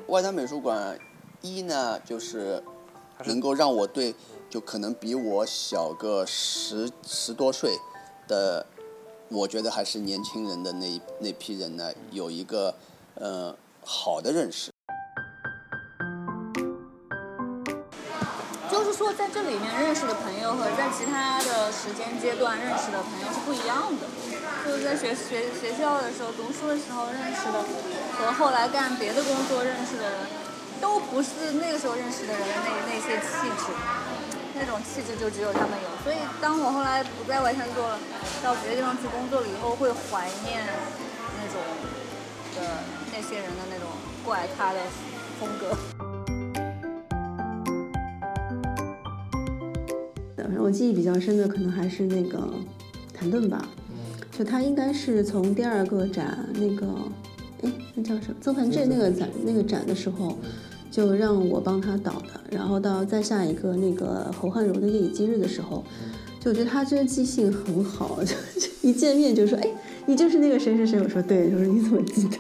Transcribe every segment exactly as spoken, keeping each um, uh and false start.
外滩美术馆，一呢就是能够让我对就可能比我小个十十多岁的，我觉得还是年轻人的那那批人呢，有一个呃好的认识。 就是说，在这里面认识的朋友和在其他的时间阶段认识的朋友是不一样的。就是在学学学校的时候、读书的时候认识的，和后来干别的工作认识的人，都不是那个时候认识的人的那那些气质，那种气质就只有他们有。所以，当我后来不在外滩做了，到别的地方去工作了以后，会怀念那种的那些人的那种怪咖的风格。 我记忆比较深的可能还是那个谭盾吧，就他应该是从第二个展那个，哎，那叫什么曾梵志那个展那个展的时候，就让我帮他导的，然后到再下一个那个侯汉柔的夜以继日的时候，就我觉得他真的记性很好，就一见面就说，哎，你就是那个谁谁谁，我说对，他说你怎么记得？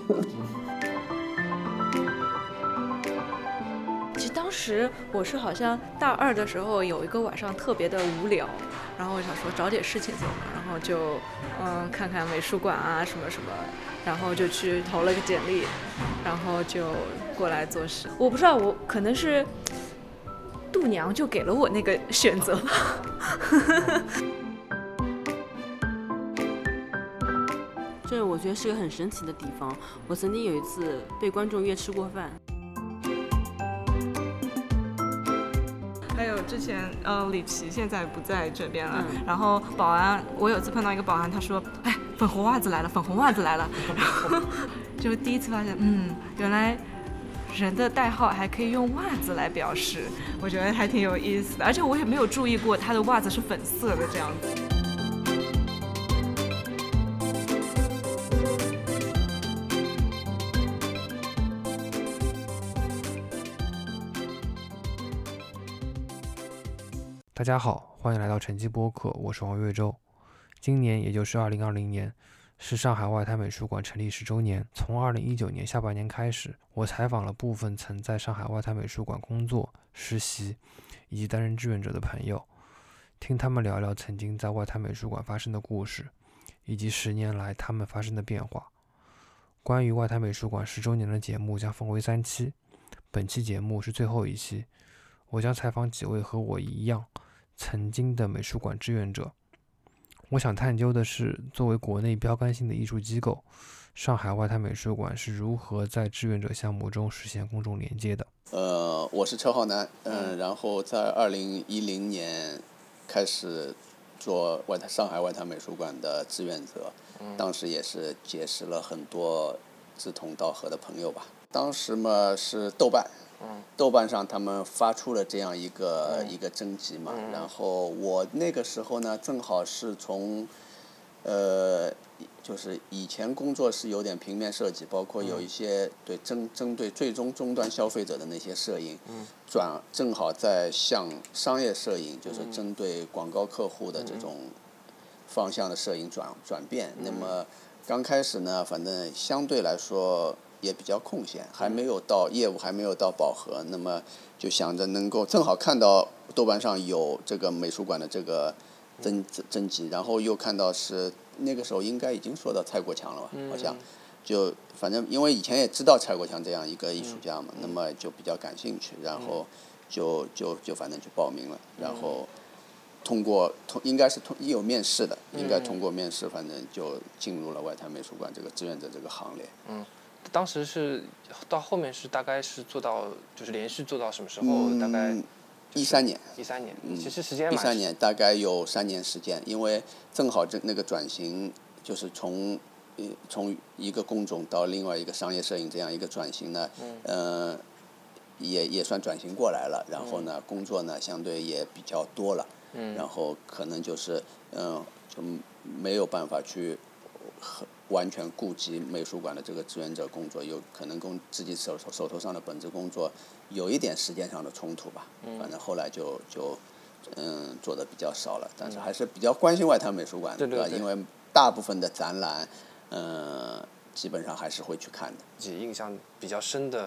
当时我是好像大二的时候有一个晚上特别的无聊，然后我想说找点事情做嘛，然后就嗯看看美术馆啊什么什么，然后就去投了个简历，然后就过来做事。我不知道，我可能是度娘就给了我那个选择。 这我觉得是个很神奇的地方。我曾经有一次被观众约吃过饭。 还有之前呃李琦现在不在这边了，嗯、然后保安，我有一次碰到一个保安，他说，哎，粉红袜子来了，粉红袜子来了，然后就第一次发现，嗯，原来人的代号还可以用袜子来表示，我觉得还挺有意思的，而且我也没有注意过他的袜子是粉色的这样子。 大家好，欢迎来到晨记播客，我是王岳洲。今年也就是二零二零年，是上海外滩美术馆成立十周年。从二零一九年下半年开始，我采访了部分曾在上海外滩美术馆工作、实习以及担任志愿者的朋友，听他们聊聊曾经在外滩美术馆发生的故事，以及十年来他们发生的变化。关于外滩美术馆十周年的节目将分为三期，本期节目是最后一期，我将采访几位和我一样曾经的美术馆志愿者。我想探究的是，作为国内标杆性的艺术机构，上海外滩美术馆是如何在志愿者项目中实现公众连接的。 呃，我是车浩南，嗯、呃，然后在二零一零年开始做外滩上海外滩美术馆的志愿者，当时也是结识了很多志同道合的朋友吧。当时嘛是豆瓣。豆瓣上他们发出了这样一个、嗯、一个征集嘛、嗯，然后我那个时候呢，正好是从，呃，就是以前工作是有点平面设计，包括有一些对针针对最终终端消费者的那些摄影，嗯、转正好在向商业摄影，就是针对广告客户的这种方向的摄影转转变。嗯、那么刚开始呢，反正相对来说也比较空闲，还没有到业务还没有到饱和，那么就想着能够正好看到豆瓣上有这个美术馆的这个征征集，然后又看到是那个时候应该已经说到蔡国强了吧，好像就反正因为以前也知道蔡国强这样一个艺术家嘛，那么就比较感兴趣，然后就就就反正就报名了，然后通过通应该是通有面试的，应该通过面试，反正就进入了外滩美术馆这个志愿者这个行列。 嗯。当时是到后面是大概是做到就是连续做到什么时候？ 嗯、 大概一三年。 一三年， 嗯， 其实时间蛮。 一三年大概有三年时间，因为正好这那个转型就是从从一个工种到另外一个商业摄影这样一个转型呢，嗯，呃，也也算转型过来了。然后呢，嗯、工作呢相对也比较多了。嗯。然后可能就是嗯、呃，就没有办法去很。完全顾及美术馆的这个志愿者工作，有可能跟自己手手头上的本职工作有一点时间上的冲突吧。嗯、反正后来就就嗯做的比较少了，但是还是比较关心外滩美术馆的， 对对对， 因为大部分的展览，嗯、呃，基本上还是会去看的。 自己印象比较深的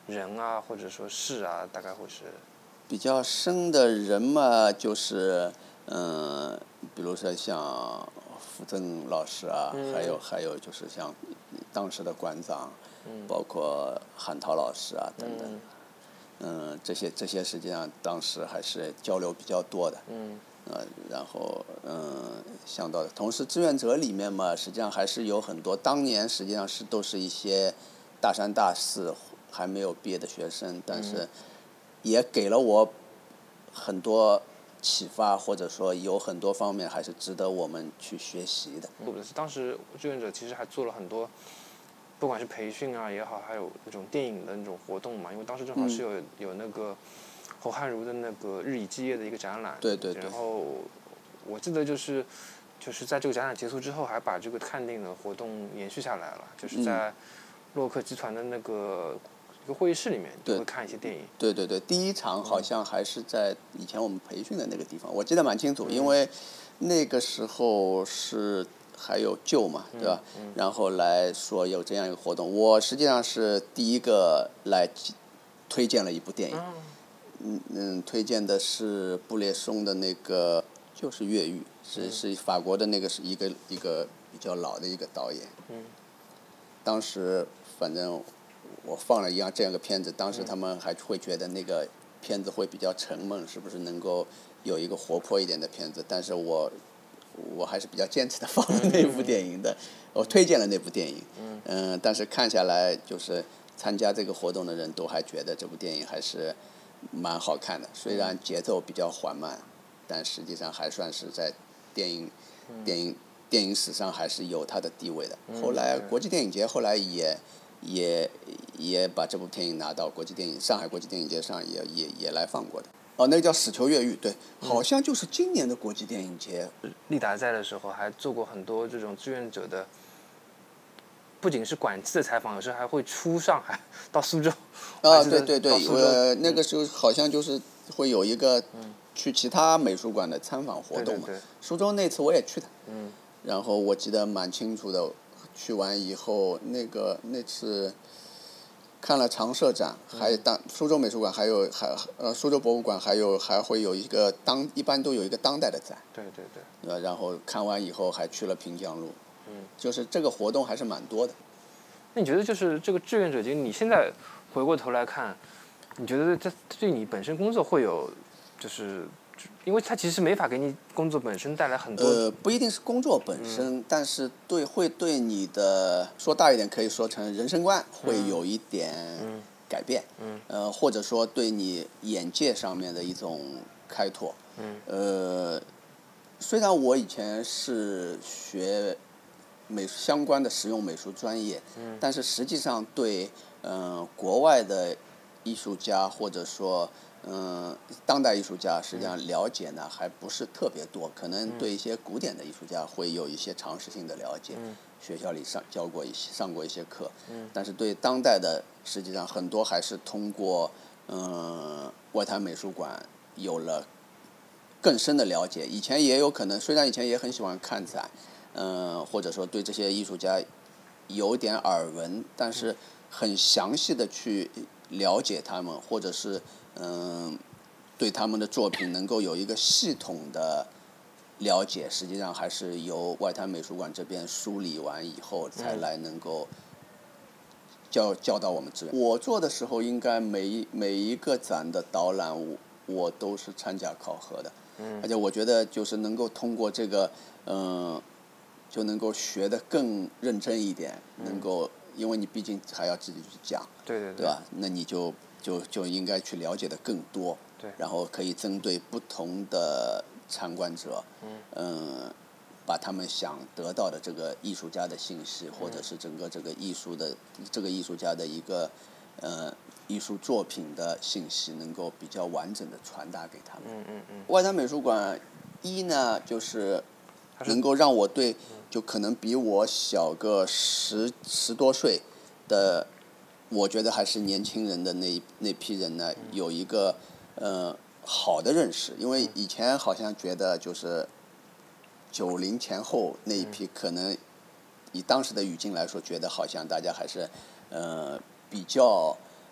人啊，或者说事啊，大概会是？ 比较深的人嘛，就是嗯，比如说像傅政老师啊， 嗯、 还有还有就是像当时的馆长， 嗯、 包括韩涛老师啊等等。 嗯嗯，这些这些实际上当时还是交流比较多的。 嗯。 呃，然后嗯，想到同时志愿者里面嘛，实际上还是有很多当年实际上是都是一些大三大四还没有毕业的学生，但是也给了我很多启发，或者说有很多方面还是值得我们去学习的。 不是，当时志愿者其实还做了很多。不管是培训啊也好，还有那种电影的那种活动嘛，因为当时正好是有、嗯、有那个侯汉儒的那个日以继夜的一个展览， 对对对。 然后我记得就是就是在这个展览结束之后，还把这个看电影的活动延续下来了，就是在洛克集团的那个一个会议室里面，就会看一些电影。 对对对，第一场好像还是在以前我们培训的那个地方，我记得蛮清楚，因为那个时候是。还有旧嘛，对吧？ 嗯嗯、 然后来说有这样一个活动，我实际上是第一个来推荐了一部电影，嗯嗯，推荐的是布列松的那个就是越狱，是嗯、 是法国的那个是一个一个比较老的一个导演。 嗯。 当时反正我放了一样这样一个片子，当时他们还会觉得那个片子会比较沉闷，是不是能够有一个活泼一点的片子？但是我。我还是比较坚持的放了那部电影的，我推荐了那部电影，嗯，但是看下来就是参加这个活动的人都还觉得这部电影还是蛮好看的，虽然节奏比较缓慢，但实际上还算是在电影电影电影史上还是有它的地位的。后来国际电影节后来也也也把这部电影拿到国际电影上海国际电影节上也也也来放过的。哦，那个叫《死囚越狱》，对，好像就是今年的国际电影节。 立达在的时候还做过很多这种志愿者的，不仅是馆次的采访，有时候还会出上海到苏州。 啊，对对对，呃，那个时候好像就是会有一个去其他美术馆的参访活动嘛。 对对对。 苏州那次我也去的。 嗯。 然后我记得蛮清楚的，去完以后，那个那次。看了常设展，还有当苏州美术馆，还有还呃苏州博物馆，还有还会有一个当一般都有一个当代的展。 对对对。 呃，然后看完以后还去了平江路。 嗯。 就是这个活动还是蛮多的。 那你觉得就是这个志愿者节，你现在回过头来看，你觉得这对你本身工作会有，就是因为它其实没法给你工作本身带来很多。 呃，不一定是工作本身，嗯、但是对会对你的说大一点，可以说成人生观会有一点改变。 嗯。 呃，或者说对你眼界上面的一种开拓。 嗯。 呃，虽然我以前是学美相关的实用美术专业， 嗯、 但是实际上对嗯、呃、国外的艺术家或者说。嗯，当代艺术家实际上了解呢还不是特别多，可能对一些古典的艺术家会有一些常识性的了解， 嗯、 学校里上教过一些上过一些课， 嗯、 但是对当代的实际上很多还是通过嗯外滩美术馆有了更深的了解。以前也有可能，虽然以前也很喜欢看展，嗯，或者说对这些艺术家有点耳闻，但是很详细的去了解他们，或者是嗯，对他们的作品能够有一个系统的了解，实际上还是由外滩美术馆这边梳理完以后，才来能够教教导我们志愿。我做的时候，应该每一每一个展的导览，我我都是参加考核的，而且我觉得就是能够通过这个，嗯，就能够学得更认真一点，能够，因为你毕竟还要自己去讲， 对对对， 对吧？那你就。就就应该去了解的更多， 对， 然后可以针对不同的参观者，嗯，呃、把他们想得到的这个艺术家的信息， 嗯、 或者是整个这个艺术的这个艺术家的一个呃艺术作品的信息，能够比较完整的传达给他们。 嗯嗯嗯。 外滩美术馆一呢，就是能够让我对，就可能比我小个十十多岁的。我觉得还是年轻人的那那批人呢，有一个呃好的认识，因为以前好像觉得就是九零前后那一批，可能以当时的语境来说，觉得好像大家还是呃比较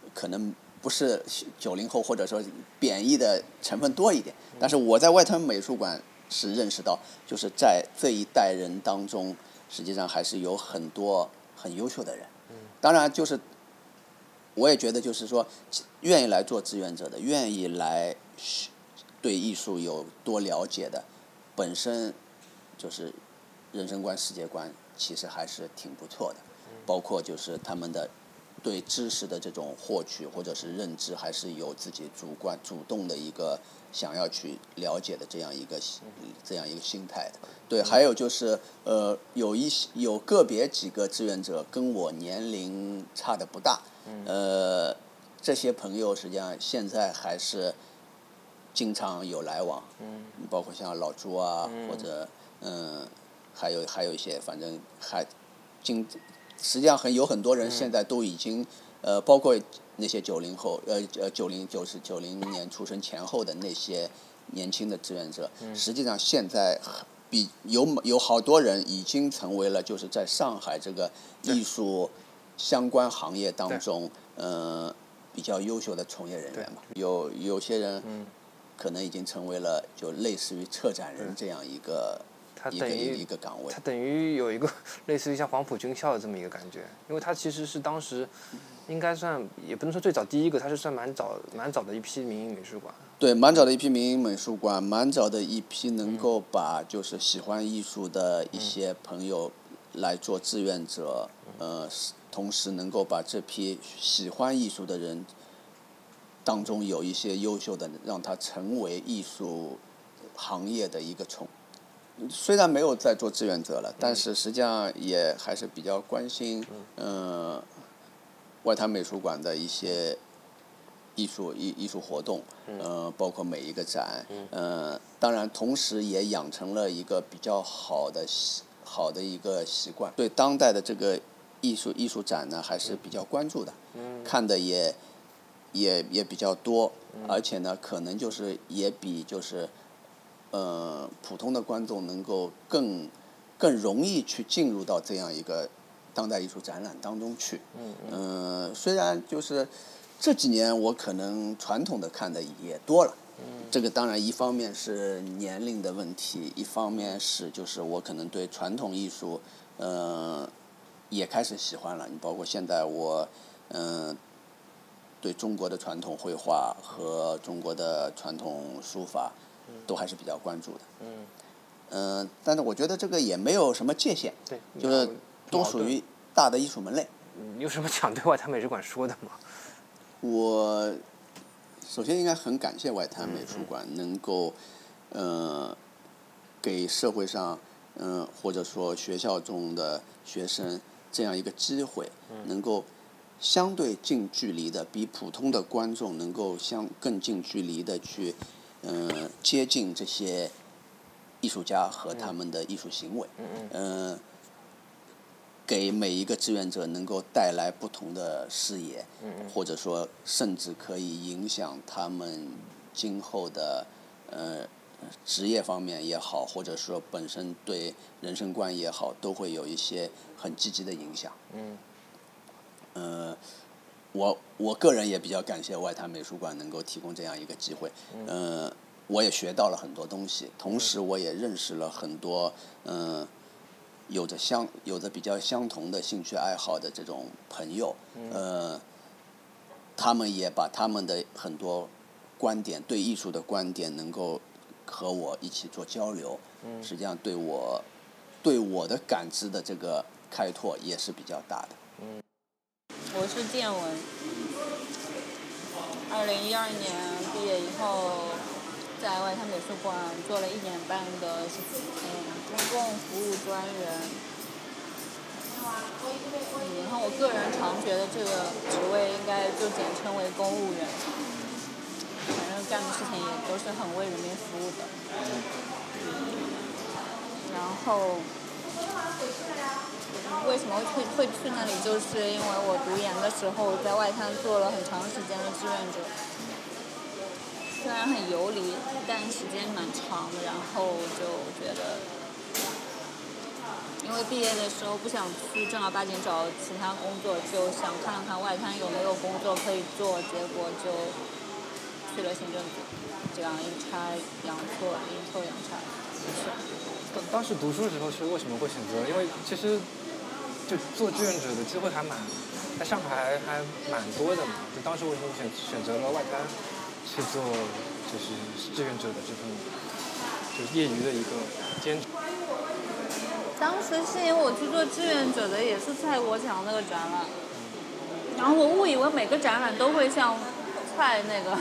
可能不是九零后或者说贬义的成分多一点，但是我在外滩美术馆是认识到，就是在这一代人当中，实际上还是有很多很优秀的人。当然，就是我也觉得，就是说，愿意来做志愿者的，愿意来对艺术有多了解的，本身就是人生观、世界观，其实还是挺不错的。包括就是他们的对知识的这种获取或者是认知，还是有自己主观主动的一个想要去了解的这样一个这样一个心态的。对，还有就是呃，有一些有个别几个志愿者跟我年龄差的不大，呃，这些朋友实际上现在还是经常有来往，包括像老朱啊，或者嗯，还有还有一些，反正还经。实际上很有很多人现在都已经，呃，包括那些九零后，呃呃九零九十九零年出生前后的那些年轻的志愿者，实际上现在比有有好多人已经成为了就是在上海这个艺术相关行业当中，呃，比较优秀的从业人员嘛。有有些人可能已经成为了就类似于策展人这样一个。 他等于一个岗位， 他等于有一个类似于像黄埔军校的这么一个感觉，因为他其实是当时应该算也不能说最早第一个，他是算蛮早蛮早的一批民营美术馆。 对，蛮早的一批民营美术馆，蛮早的一批能够把就是喜欢艺术的一些朋友来做志愿者，呃，同时能够把这批喜欢艺术的人当中有一些优秀的，让他成为艺术行业的一个从。虽然没有在做志愿者了，但是实际上也还是比较关心，嗯、呃，外滩美术馆的一些艺术艺艺术活动，呃，包括每一个展，呃，当然同时也养成了一个比较好的好的一个习惯，对当代的这个艺术艺术展呢还是比较关注的，看的也也也比较多，而且呢可能就是也比就是。呃，普通的观众能够更更容易去进入到这样一个当代艺术展览当中去。嗯嗯。呃，虽然就是这几年我可能传统的看的也多了。嗯。这个当然一方面是年龄的问题，一方面是就是我可能对传统艺术，呃，也开始喜欢了。你包括现在我，嗯、呃，对中国的传统绘画和中国的传统书法。都还是比较关注的，嗯，嗯、呃，但是我觉得这个也没有什么界限， 对， 就是都属于大的艺术门类。 你有什么想对外滩美术馆说的吗？ 我首先应该很感谢外滩美术馆能够，呃，给社会上，嗯、呃，或者说学校中的学生这样一个机会，能够相对近距离的，比普通的观众能够相更近距离的去。嗯、呃，接近这些艺术家和他们的艺术行为，嗯、呃，给每一个志愿者能够带来不同的视野，或者说甚至可以影响他们今后的呃职业方面也好，或者说本身对人生观也好，都会有一些很积极的影响。嗯，呃。我我个人也比较感谢外滩美术馆能够提供这样一个机会，嗯、呃，我也学到了很多东西，同时我也认识了很多嗯、呃、有着相有着比较相同的兴趣爱好的这种朋友，呃，他们也把他们的很多观点对艺术的观点能够和我一起做交流，实际上对我对我的感知的这个开拓也是比较大的。 我是建文，二零一二年毕业以后，在外滩美术馆做了一年半的嗯公共服务专员。嗯，然后我个人常觉得这个职位应该就简称为公务员，反正干的事情也都是很为人民服务的。然后。为什么会会去那里？就是因为我读研的时候在外滩做了很长时间的志愿者，虽然很游离，但时间蛮长的。然后就觉得，因为为毕业的时候不想去正儿八经找其他工作，就想看看外滩有没有工作可以做，结果就去了行政组，这样阴差阳错，阴错阳差。 当当时读书的时候是为什么会选择？因为其实就做志愿者的机会还蛮，在上海还蛮多的嘛。就当时为什么选选择了外滩去做就是志愿者的这份就是业余的一个兼职？ 当时吸引我去做志愿者的也是蔡国强那个展览，然后我误以为每个展览都会像蔡那个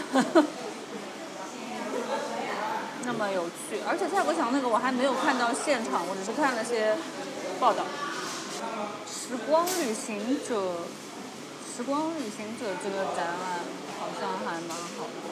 那么有趣，而且蔡国强那个我还没有看到现场，我只是看了些报道。时光旅行者，时光旅行者这个展览好像还蛮好的。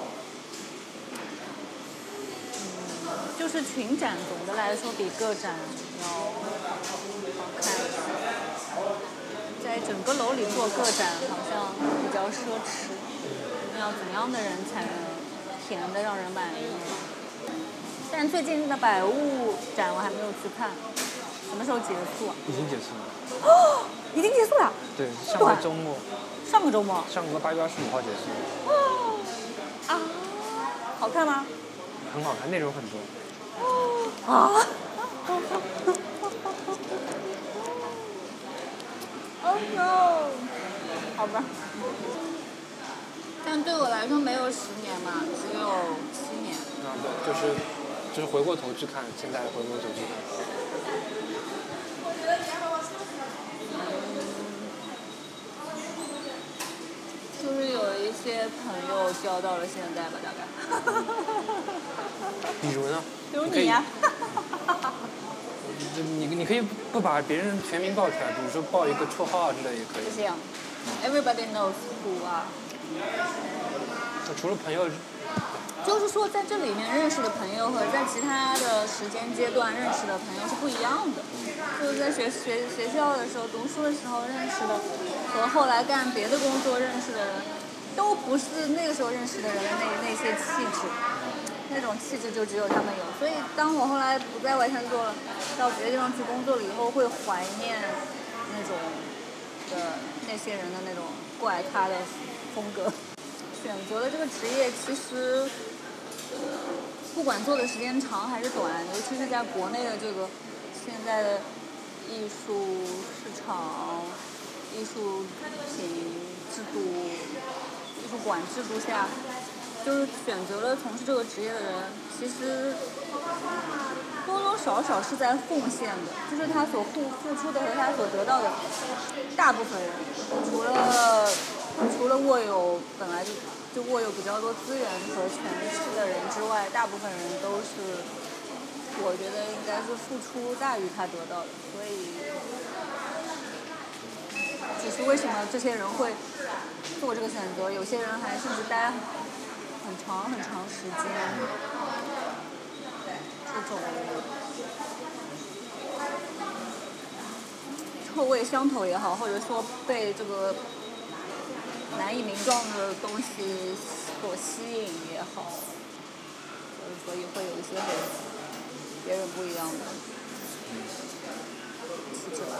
就是群展总的来说比个展要好看，在整个楼里做个展好像比较奢侈，要怎样的人才能填的让人满意？但最近的百物展我还没有去看，什么时候结束啊？ 已经结束了。 哦，已经结束了？ 对，上个周末。 上个周末？ 上个八月二十五号结束。 哦，啊，好看吗？ 很好看，内容很多。 啊！Oh no！ 好吧。但对我来说没有十年嘛，只有七年。 啊，对，就是就是回过头去看，现在回过头去看。 就是有一些朋友交到了现在吧，大概。 比如呢？ 比如你呀、 啊。你你可以不把别人全名报出来，比如说报一个绰号啊之类也可以。 就这样。Everybody knows who are。 除了朋友。 就是说，在这里面认识的朋友和在其他的时间阶段认识的朋友是不一样的。就是在学学学校的时候、读书的时候认识的，和后来干别的工作认识的人，都不是那个时候认识的人的那那些气质。那种气质就只有他们有。所以当我后来不在外滩做了，到别的地方去工作了以后，会怀念那种的那些人的那种怪咖的风格。选择了这个职业，其实不管做的时间长还是短，尤其是在国内的这个现在的艺术市场、艺术品制度、艺术馆制度下，就是选择了从事这个职业的人，其实多多少少是在奉献的，就是他所付付出的和他所得到的，大部分人除了除了握有本来就就握有比较多资源和权势的人之外，大部分人都是，我觉得应该是付出大于他得到的，所以，只是为什么这些人会做这个选择，有些人还甚至待很长很长时间，这种臭味相投也好，或者说被这个难以名状的东西所吸引也好，所以会有一些和别人不一样的气质吧。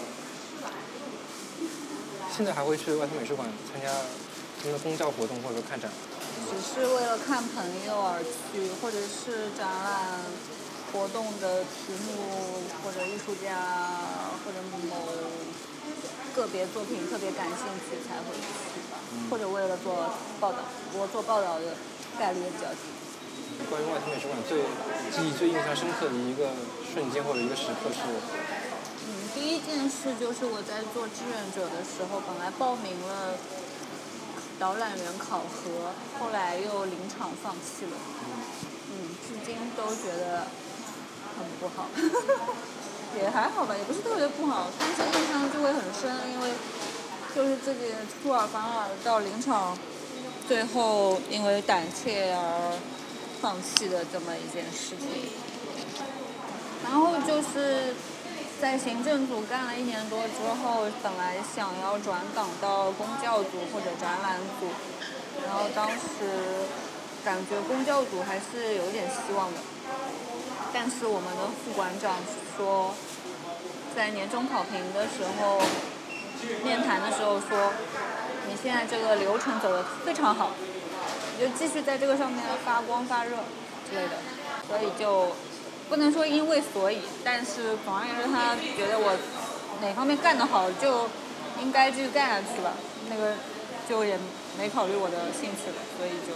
现在还会去外滩美术馆参加什么公教活动或者看展？ 只是为了看朋友而去，或者是展览活动的题目或者艺术家或者某个别作品特别感兴趣才会去，或者为了做报道，我做报道的概率也比较低。 关于外滩美术馆最记忆最印象深刻的一个瞬间或者一个时刻是？ 嗯，第一件事就是我在做志愿者的时候，本来报名了导览员考核，后来又临场放弃了。嗯，至今都觉得很不好。也还好吧，也不是特别不好，但是印象就会很深，因为就是自己出尔反尔到临场，最后因为胆怯而放弃的这么一件事情。然后就是在行政组干了一年多之后，本来想要转岗到公教组或者展览组，然后当时感觉公教组还是有点希望的。但是我们的副馆长说， 在年终考评的时候面谈的时候说，你现在这个流程走得非常好，你就继续在这个上面发光发热之类的，所以就不能说因为所以，但是总而言之他觉得我哪方面干得好就应该继续干下去吧，那个就也没考虑我的兴趣了，所以就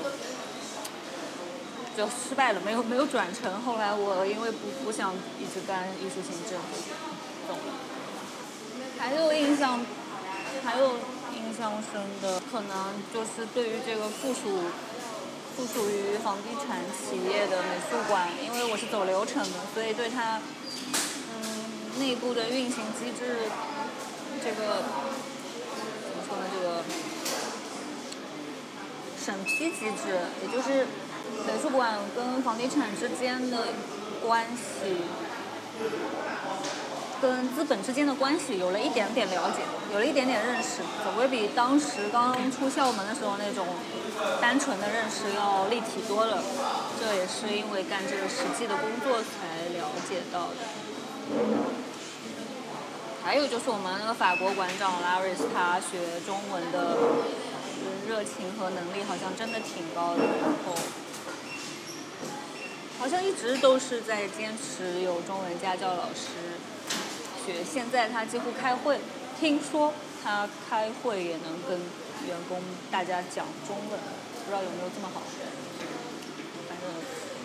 就失败了，没有没有转成。后来我因为不不想一直干艺术行政，走了。还有印象，还有印象深的，可能就是对于这个附属附属于房地产企业的美术馆，因为我是走流程的，所以对它嗯内部的运行机制，这个怎么说呢？这个审批机制，也就是美术馆跟房地产之间的关系，跟资本之间的关系有了一点点了解，有了一点点认识，总归比当时刚出校门的时候那种单纯的认识要立体多了。这也是因为干这个实际的工作才了解到的。还有就是我们那个法国馆长 Laris， 他学中文的热情和能力好像真的挺高的，然后好像一直都是在坚持有中文家教老师学。现在他几乎开会，听说他开会也能跟员工大家讲中文，不知道有没有这么好。反正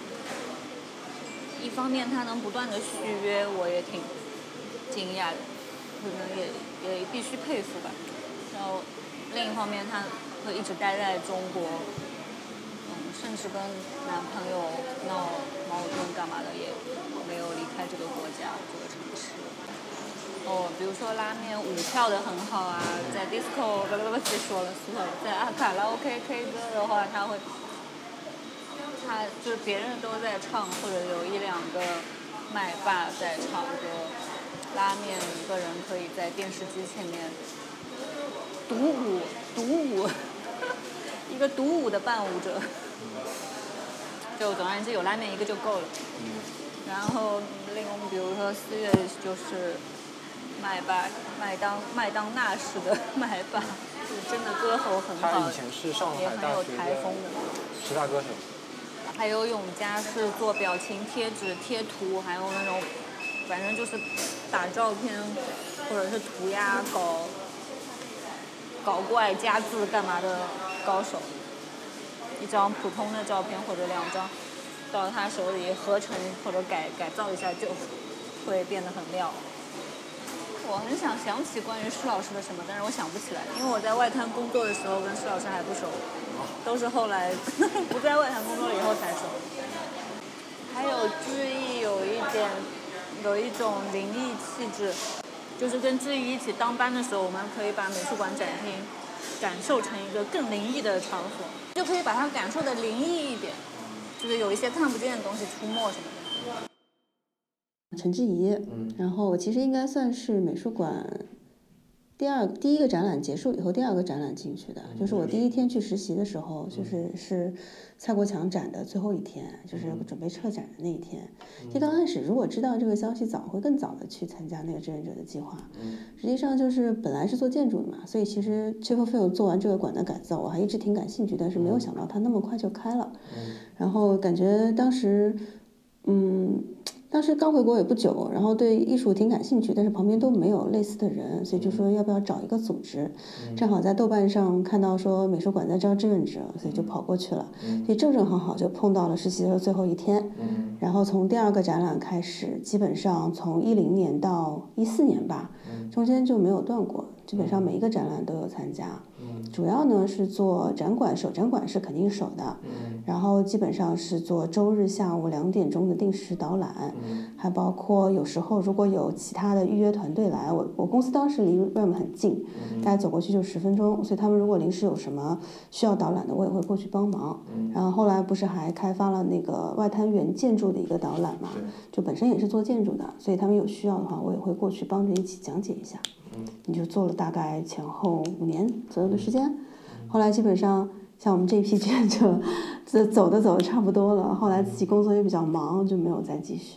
一方面他能不断的续约，我也挺惊讶的，可能也也必须佩服吧。然后另一方面他会一直待在中国，嗯，甚至跟男朋友闹矛盾干嘛的，也没有离开这个国家这个城市。哦，比如说拉面舞跳得很好啊，在 disco 不不不别说了，在啊卡拉 OK K 歌的话，他会，他就是别人都在唱，或者有一两个麦霸在唱歌，拉面一个人可以在电视机前面独舞独舞，一个独舞的伴舞者。就总而言之，有拉面一个就够了。然后另外比如说四月就是麦霸麦当麦当娜式的麦霸，就是真的歌喉很好， 他以前是上海也很有台风的十大歌手。 还有永嘉是做表情贴纸贴图，还有那种反正就是打照片或者是涂鸦搞搞怪加字干嘛的高手。一张普通的照片或者两张到他手里合成或者改改造一下就会变得很妙。我很想想起关于施老师的什么，但是我想不起来，因为我在外滩工作的时候跟施老师还不熟，都是后来不在外滩工作了以后才熟。还有志毅有一点有一种灵异气质，就是跟志毅一起当班的时候，我们可以把美术馆展厅感受成一个更灵异的场所，就可以把它感受的灵异一点，就是有一些看不见的东西出没什么的。 陈志怡，然后我其实应该算是美术馆第二第一个展览结束以后第二个展览进去的，就是我第一天去实习的时候，就是是蔡国强展的最后一天，就是准备撤展的那一天。其实刚开始如果知道这个消息早，会更早的去参加那个志愿者的计划。实际上就是本来是做建筑的嘛，所以其实 Chipperfield 做完这个馆的改造，我还一直挺感兴趣，但是没有想到它那么快就开了。然后感觉当时，嗯。当时刚回国也不久，然后对艺术挺感兴趣，但是旁边都没有类似的人，所以就说要不要找一个组织。正好在豆瓣上看到说美术馆在招志愿者，所以就跑过去了。所以正正好好就碰到了实习的最后一天。然后从第二个展览开始，基本上从一零年到一四年吧，中间就没有断过，基本上每一个展览都有参加。主要呢是做展馆，首展馆是肯定首的，然后基本上是做周日下午两点钟的定时导览，还包括有时候如果有其他的预约团队来，我我公司当时离 R A M 很近，大家走过去就十分钟，所以他们如果临时有什么需要导览的，我也会过去帮忙。然后后来不是还开发了那个外滩原建筑的一个导览嘛，就本身也是做建筑的，所以他们有需要的话，我也会过去帮着一起讲解一下。你就做了大概前后五年左右的时间，后来基本上像我们这一批志愿者走的走的差不多了，后来自己工作也比较忙，就没有再继续了。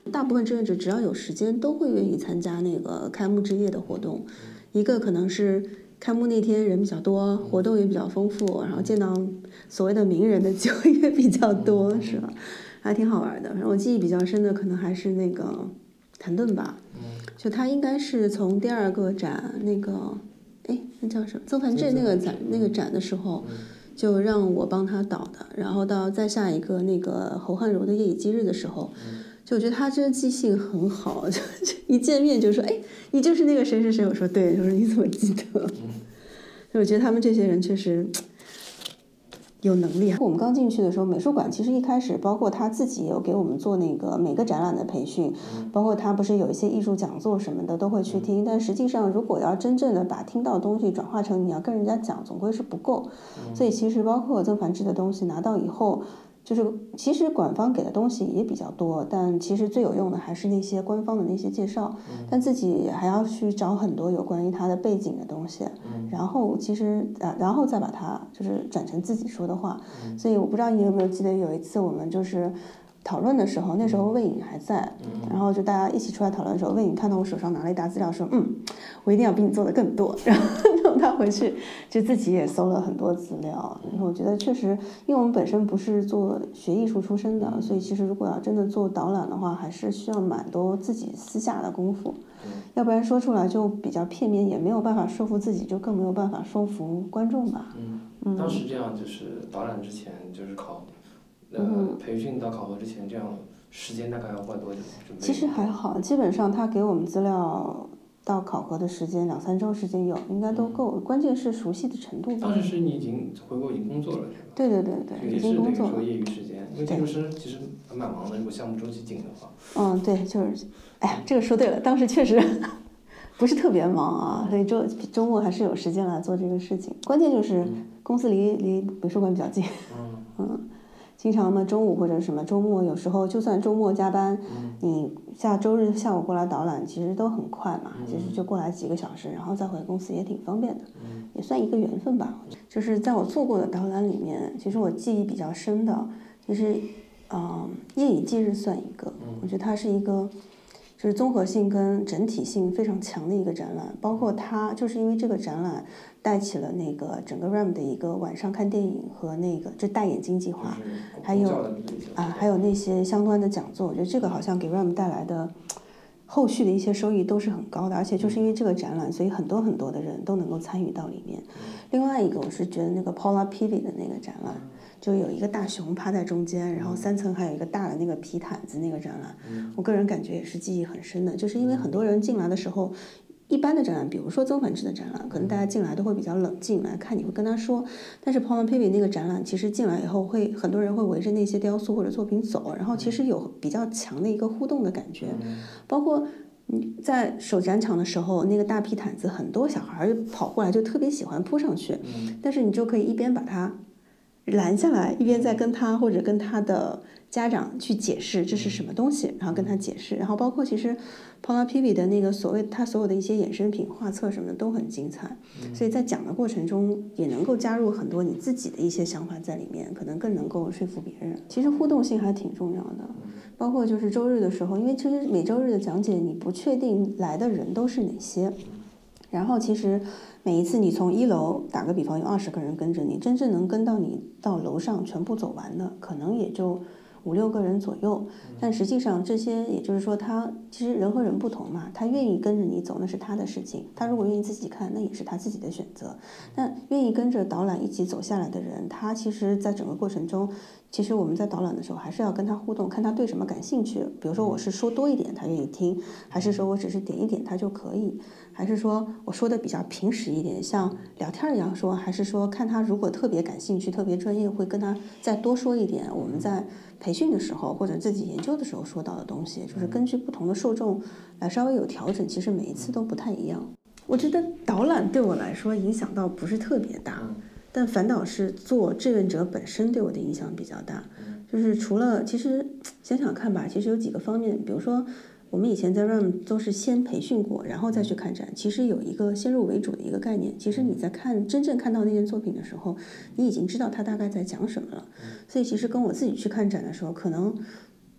大部分志愿者只要有时间都会愿意参加那个开幕之夜的活动，一个可能是开幕那天人比较多，活动也比较丰富，然后见到所谓的名人的机会也比较多，是吧？还挺好玩的。然后我记忆比较深的可能还是那个谭盾吧，就他应该是从第二个展那个，哎，那叫什么曾梵志那个展那个展的时候，就让我帮他导的。然后到再下一个那个侯汉柔的夜以继日的时候，就我觉得他真的记性很好，就一见面就说，哎，你就是那个谁谁谁，我说对，他说你怎么记得？就我觉得他们这些人确实有能力。我们刚进去的时候，美术馆其实一开始包括他自己有给我们做那个每个展览的培训，包括他不是有一些艺术讲座什么的都会去听，但实际上如果要真正的把听到的东西转化成你要跟人家讲，总归是不够。所以其实包括曾梵志的东西拿到以后，就是其实馆方给的东西也比较多，但其实最有用的还是那些官方的那些介绍，但自己还要去找很多有关于他的背景的东西，然后其实呃，然后再把它就是转成自己说的话。所以我不知道你有没有记得有一次我们就是讨论的时候，那时候魏颖还在，然后就大家一起出来讨论的时候，魏颖看到我手上拿了一沓资料说，嗯，我一定要比你做的更多，然后他回去就自己也搜了很多资料。然后我觉得确实，因为我们本身不是做学艺术出身的，所以其实如果要真的做导览的话，还是需要蛮多自己私下的功夫，要不然说出来就比较片面，也没有办法说服自己，就更没有办法说服观众吧。 嗯，当时这样就是导览之前就是考。呃，培训到考核之前，这样时间大概要花多久准备？ 其实还好，基本上他给我们资料到考核的时间两三周时间有，应该都够。嗯、关键是熟悉的程度。 当时是你已经回国已经工作了，是吧？ 对对对对，已经工作了。 也是等于说业余时间，因为建筑师其实还蛮忙的，如果项目周期紧的话。 嗯，对，就是，哎呀，这个说对了，当时确实不是特别忙啊，所以周周末还是有时间来做这个事情。关键就是公司离离美术馆比较近。嗯。嗯经常嘛，中午或者什么周末，有时候就算周末加班，嗯、你下周日下午过来导览，其实都很快嘛，嗯、其实就过来几个小时，然后再回公司也挺方便的，嗯、也算一个缘分吧。就是在我做过的导览里面，其实我记忆比较深的，其实，嗯，夜以继日算一个，我觉得它是一个。就是综合性跟整体性非常强的一个展览，包括它就是因为这个展览带起了那个整个 R A M 的一个晚上看电影和那个就大眼睛计划，还有啊还有那些相关的讲座，我觉得这个好像给 R A M 带来的后续的一些收益都是很高的，而且就是因为这个展览，所以很多很多的人都能够参与到里面。另外一个我是觉得那个 Paula Peavy 的那个展览。就有一个大熊趴在中间，然后三层还有一个大的那个皮毯子那个展览，我个人感觉也是记忆很深的，就是因为很多人进来的时候，一般的展览，比如说曾梵志的展览，可能大家进来都会比较冷静来看，你会跟他说，但是 Paula Peavy 那个展览，其实进来以后会很多人会围着那些雕塑或者作品走，然后其实有比较强的一个互动的感觉，包括。嗯，在首展场的时候，那个大皮毯子，很多小孩跑过来就特别喜欢扑上去，但是你就可以一边把它拦下来，一边在跟他或者跟他的家长去解释这是什么东西，然后跟他解释，然后包括其实 Paula Peavy 的那个所谓他所有的一些衍生品、画册什么的都很精彩，所以在讲的过程中也能够加入很多你自己的一些想法在里面，可能更能够说服别人。其实互动性还挺重要的，包括就是周日的时候，因为其实每周日的讲解你不确定来的人都是哪些，然后其实每一次你从一楼打个比方有二十个人跟着你，真正能跟到你到楼上全部走完的可能也就五六个人左右，但实际上这些也就是说他其实人和人不同嘛，他愿意跟着你走那是他的事情，他如果愿意自己看那也是他自己的选择，但愿意跟着导览一起走下来的人，他其实在整个过程中，其实我们在导览的时候还是要跟他互动，看他对什么感兴趣，比如说我是说多一点他愿意听，还是说我只是点一点他就可以，还是说我说的比较平实一点像聊天一样说，还是说看他如果特别感兴趣特别专业会跟他再多说一点我们在培训的时候或者自己研究的时候说到的东西，就是根据不同的受众来稍微有调整，其实每一次都不太一样。我觉得导览对我来说影响到不是特别大，但反倒是做志愿者本身对我的影响比较大，就是除了其实想想看吧，其实有几个方面，比如说我们以前在 R A M 都是先培训过然后再去看展，其实有一个先入为主的一个概念，其实你在看真正看到那件作品的时候，你已经知道它大概在讲什么了，所以其实跟我自己去看展的时候，可能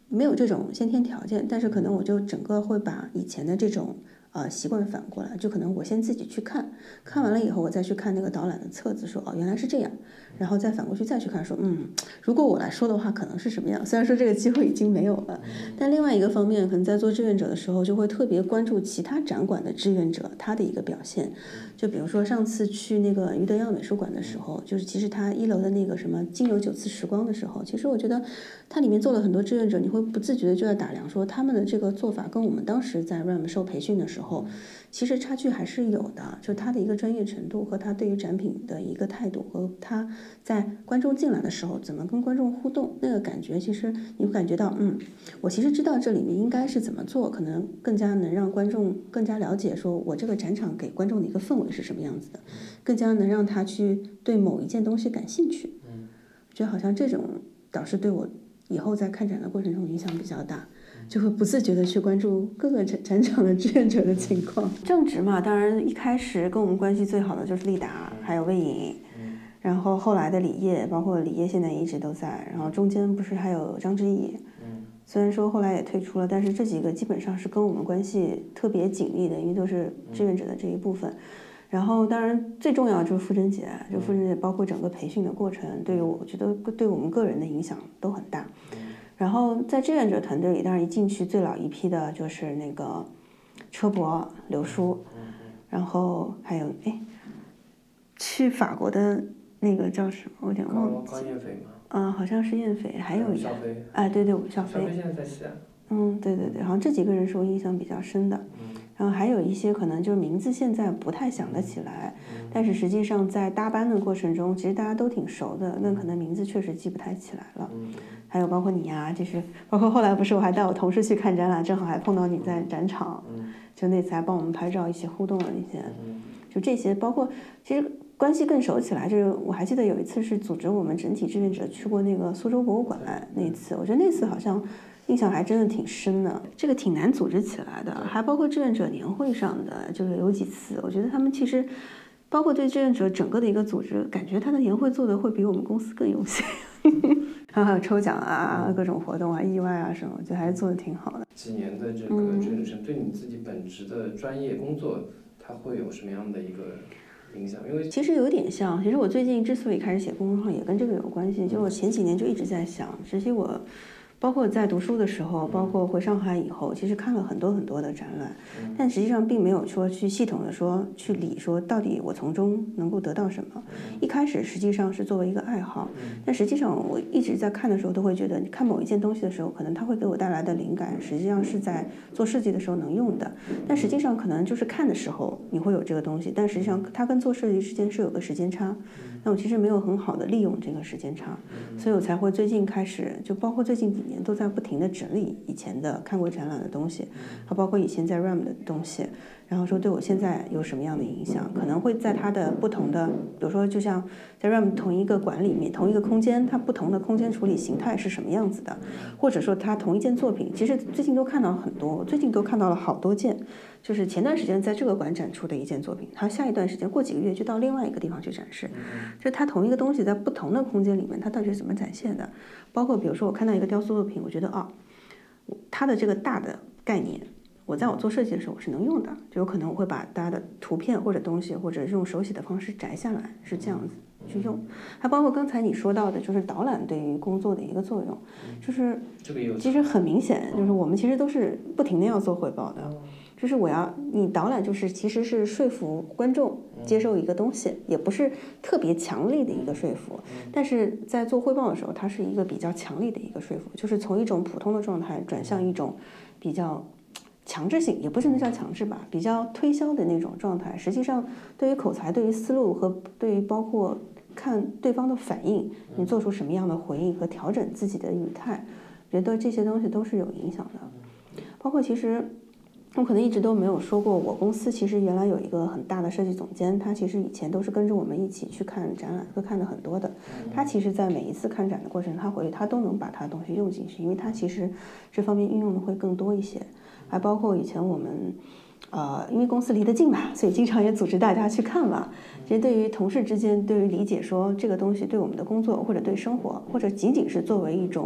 没有这种先天条件，但是可能我就整个会把以前的这种呃习惯反过来，就可能我先自己去看，看完了以后我再去看那个导览的册子，说哦原来是这样，然后再反过去再去看说嗯如果我来说的话可能是什么样。虽然说这个机会已经没有了，但另外一个方面可能在做志愿者的时候就会特别关注其他展馆的志愿者他的一个表现。就比如说上次去那个余德耀美术馆的时候，就是其实他一楼的那个什么经由九次时光的时候，其实我觉得它里面做了很多志愿者，你会不自觉的就在打量说他们的这个做法跟我们当时在 R A M 受培训的时候其实差距还是有的，就他的一个专业程度和他对于展品的一个态度和他在观众进来的时候怎么跟观众互动，那个感觉其实你会感觉到嗯我其实知道这里面应该是怎么做，可能更加能让观众更加了解说我这个展场给观众的一个氛围是什么样子的，更加能让他去对某一件东西感兴趣。我觉得好像这种导师对我以后在看展的过程中影响比较大，就会不自觉的去关注各个展展场的志愿者的情况。正职嘛，当然一开始跟我们关系最好的就是立达还有魏颖，然后后来的李烨，包括李烨现在也一直都在，然后中间不是还有张之毅，虽然说后来也退出了，但是这几个基本上是跟我们关系特别紧密的，因为都是志愿者的这一部分。然后当然最重要的就是傅珍姐，就傅珍姐包括整个培训的过程，对于我觉得对我们个人的影响都很大。然后在志愿者团队里，当然一进去最老一批的就是那个车博、刘叔，然后还有哎，去法国的那个叫什么，我有点忘记。 高燕飞吗？ 嗯，好像是燕飞，还有一个。 肖飞。 哎，对对，伍肖飞。 肖飞现在在西安。 嗯，对对对，好像这几个人是我印象比较深的。然后还有一些可能就是名字现在不太想得起来，但是实际上在搭班的过程中，其实大家都挺熟的，那可能名字确实记不太起来了。还有包括你呀、啊，就是包括后来不是我还带我同事去看展览，正好还碰到你在展场，就那次还帮我们拍照一起互动了一些，就这些包括其实关系更熟起来，就是我还记得有一次是组织我们整体志愿者去过那个苏州博物馆那次，我觉得那次好像印象还真的挺深的，这个挺难组织起来的，还包括志愿者年会上的，就是有几次，我觉得他们其实包括对志愿者整个的一个组织，感觉他的年会做的会比我们公司更用心，然后还有抽奖啊、各种活动啊、意外啊什么，我觉得还是做的挺好的。 几年的这个志愿者生，对你自己本职的专业工作，它会有什么样的一个影响？因为其实有点像，其实我最近之所以开始写公众号，也跟这个有关系。就我前几年就一直在想，实际我包括在读书的时候，包括回上海以后，其实看了很多很多的展览，但实际上并没有说去系统的说去理说到底我从中能够得到什么。一开始实际上是作为一个爱好，但实际上我一直在看的时候都会觉得，你看某一件东西的时候，可能它会给我带来的灵感，实际上是在做设计的时候能用的。但实际上可能就是看的时候你会有这个东西，但实际上它跟做设计之间是有个时间差。那我其实没有很好的利用这个时间差，所以我才会最近开始，就包括最近几年都在不停的整理以前的看过展览的东西，还包括以前在 R A M 的东西，然后说对我现在有什么样的影响，可能会在它的不同的，比如说就像在 R A M 同一个馆里面，同一个空间，它不同的空间处理形态是什么样子的，或者说它同一件作品，其实最近都看到很多，最近都看到了好多件，就是前段时间在这个馆展出的一件作品，它下一段时间过几个月就到另外一个地方去展示，就是它同一个东西在不同的空间里面，它到底是怎么展现的？包括比如说我看到一个雕塑作品，我觉得啊，它的这个大的概念，我在我做设计的时候我是能用的，就有可能我会把大家的图片或者东西，或者用手写的方式摘下来，是这样子去用。还包括刚才你说到的，就是导览对于工作的一个作用，就是其实很明显，就是我们其实都是不停的要做汇报的。就是我要你导览，就是其实是说服观众接受一个东西，也不是特别强力的一个说服，但是在做汇报的时候，它是一个比较强力的一个说服，就是从一种普通的状态转向一种比较强制性，也不是那叫强制吧，比较推销的那种状态。实际上，对于口才、对于思路和对于包括看对方的反应，你做出什么样的回应和调整自己的语态，觉得这些东西都是有影响的。包括其实我可能一直都没有说过，我公司其实原来有一个很大的设计总监，他其实以前都是跟着我们一起去看展览，会看的很多的。他其实在每一次看展的过程，他回去他都能把他的东西用进去，因为他其实这方面运用的会更多一些。还包括以前我们呃，因为公司离得近嘛，所以经常也组织大家去看嘛。其实对于同事之间，对于理解说这个东西对我们的工作或者对生活，或者仅仅是作为一种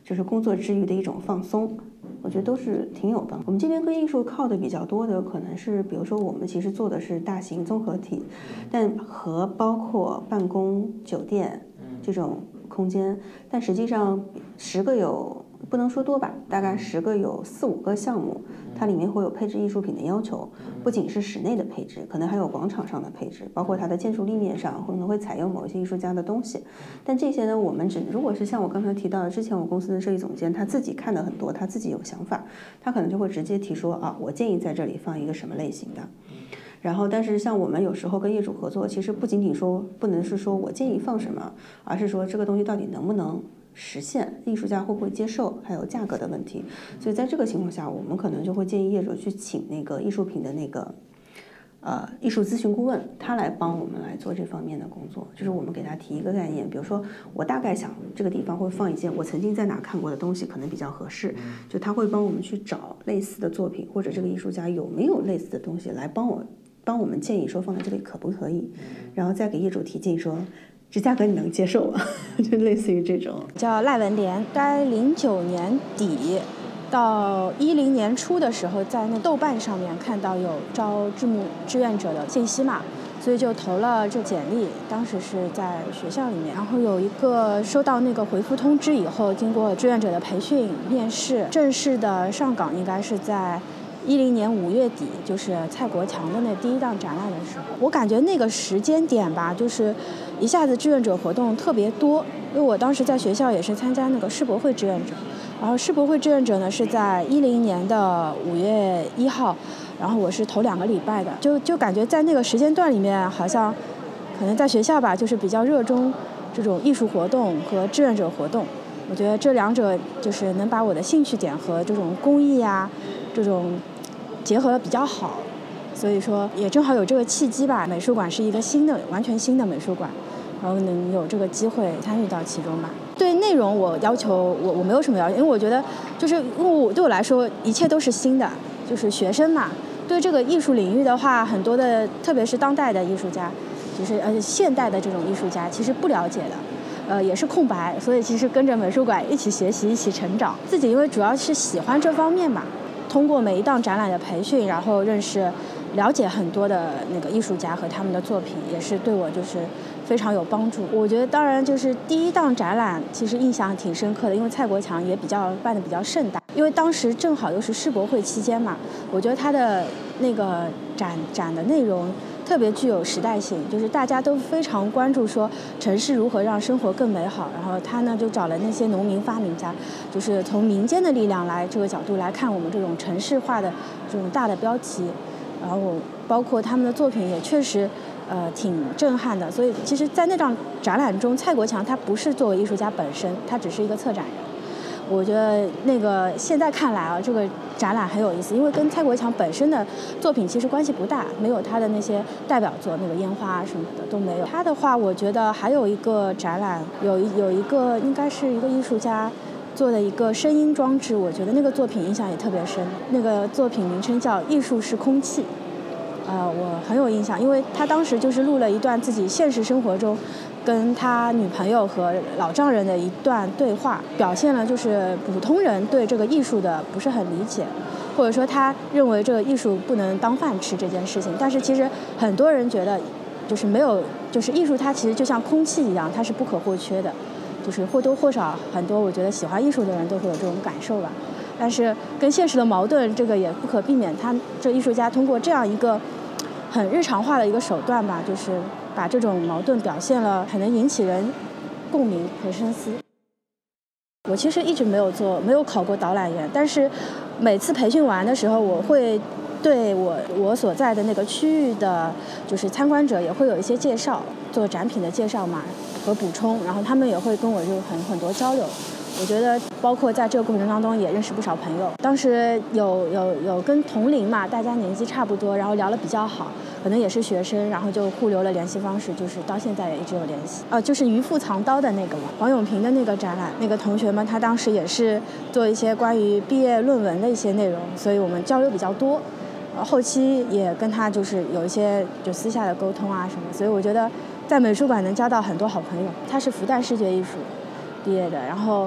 就是工作之余的一种放松，我觉得都是挺有帮助。我们这边跟艺术靠的比较多的，可能是比如说我们其实做的是大型综合体，但和包括办公、酒店这种空间，但实际上十个有不能说多吧，大概十个有四五个项目，它里面会有配置艺术品的要求，不仅是室内的配置，可能还有广场上的配置，包括它的建筑立面上可能会采用某一些艺术家的东西。但这些呢，我们只如果是像我刚才提到的，之前我公司的设计总监他自己看的很多，他自己有想法，他可能就会直接提说啊，我建议在这里放一个什么类型的。然后，但是像我们有时候跟业主合作，其实不仅仅说不能是说我建议放什么，而是说这个东西到底能不能实现，艺术家会不会接受，还有价格的问题。所以在这个情况下，我们可能就会建议业主去请那个艺术品的那个呃艺术咨询顾问，他来帮我们来做这方面的工作。就是我们给他提一个概念，比如说我大概想这个地方会放一件我曾经在哪看过的东西，可能比较合适，就他会帮我们去找类似的作品，或者这个艺术家有没有类似的东西来帮我帮我们建议说放在这里可不可以，然后再给业主提建议说这价格你能接受吗？就类似于这种。 叫赖文莲，大概零九年底到一零年初的时候，在那豆瓣上面看到有招志愿志愿者的信息嘛，所以就投了这简历。当时是在学校里面，然后有一个收到那个回复通知以后，经过志愿者的培训、面试，正式的上岗应该是在一零年五月底，就是蔡国强的那第一档展览的时候。我感觉那个时间点吧，就是一下子志愿者活动特别多，因为我当时在学校也是参加那个世博会志愿者，然后世博会志愿者呢是在一零年的五月一号，然后我是头两个礼拜的，就就感觉在那个时间段里面，好像可能在学校吧，就是比较热衷这种艺术活动和志愿者活动。我觉得这两者就是能把我的兴趣点和这种公益啊这种结合的比较好，所以说也正好有这个契机吧。美术馆是一个新的完全新的美术馆，然后能有这个机会参与到其中吧。对内容我要求我我没有什么要求，因为我觉得就是因为我对我来说一切都是新的，就是学生嘛，对这个艺术领域的话，很多的特别是当代的艺术家，就是呃现代的这种艺术家其实不了解的。呃，也是空白，所以其实跟着美术馆一起学习，一起成长。自己因为主要是喜欢这方面嘛，通过每一档展览的培训，然后认识、了解很多的那个艺术家和他们的作品，也是对我就是非常有帮助。我觉得，当然就是第一档展览，其实印象挺深刻的，因为蔡国强也比较办得比较盛大，因为当时正好又是世博会期间嘛，我觉得他的那个展展的内容特别具有时代性，就是大家都非常关注说城市如何让生活更美好，然后他呢就找了那些农民发明家，就是从民间的力量来这个角度来看我们这种城市化的这种大的标题，然后包括他们的作品也确实呃挺震撼的。所以其实在那张展览中，蔡国强他不是作为艺术家本身，他只是一个策展人。我觉得那个现在看来啊，这个展览很有意思，因为跟蔡国强本身的作品其实关系不大，没有他的那些代表作，那个烟花什么的都没有。他的话，我觉得还有一个展览，有有一个应该是一个艺术家做的一个声音装置，我觉得那个作品印象也特别深。那个作品名称叫《艺术是空气》。呃，我很有印象，因为他当时就是录了一段自己现实生活中跟他女朋友和老丈人的一段对话，表现了就是普通人对这个艺术的不是很理解，或者说他认为这个艺术不能当饭吃这件事情。但是其实很多人觉得就是没有，就是艺术它其实就像空气一样，它是不可或缺的，就是或多或少很多我觉得喜欢艺术的人都会有这种感受吧。但是跟现实的矛盾这个也不可避免，他这艺术家通过这样一个很日常化的一个手段吧，就是把这种矛盾表现了，很能引起人共鸣和深思。我其实一直没有做，没有考过导览员，但是每次培训完的时候，我会对我我所在的那个区域的，就是参观者也会有一些介绍，做展品的介绍嘛和补充，然后他们也会跟我就很很多交流。我觉得包括在这个过程当中也认识不少朋友，当时有有有跟同龄嘛，大家年纪差不多，然后聊得比较好，可能也是学生，然后就互留了联系方式，就是到现在也一直有联系。呃，就是渔父藏刀的那个嘛，黄永平的那个展览，那个同学们他当时也是做一些关于毕业论文的一些内容，所以我们交流比较多。呃，后期也跟他就是有一些就私下的沟通啊什么，所以我觉得在美术馆能交到很多好朋友。他是复旦视觉艺术毕业的，然后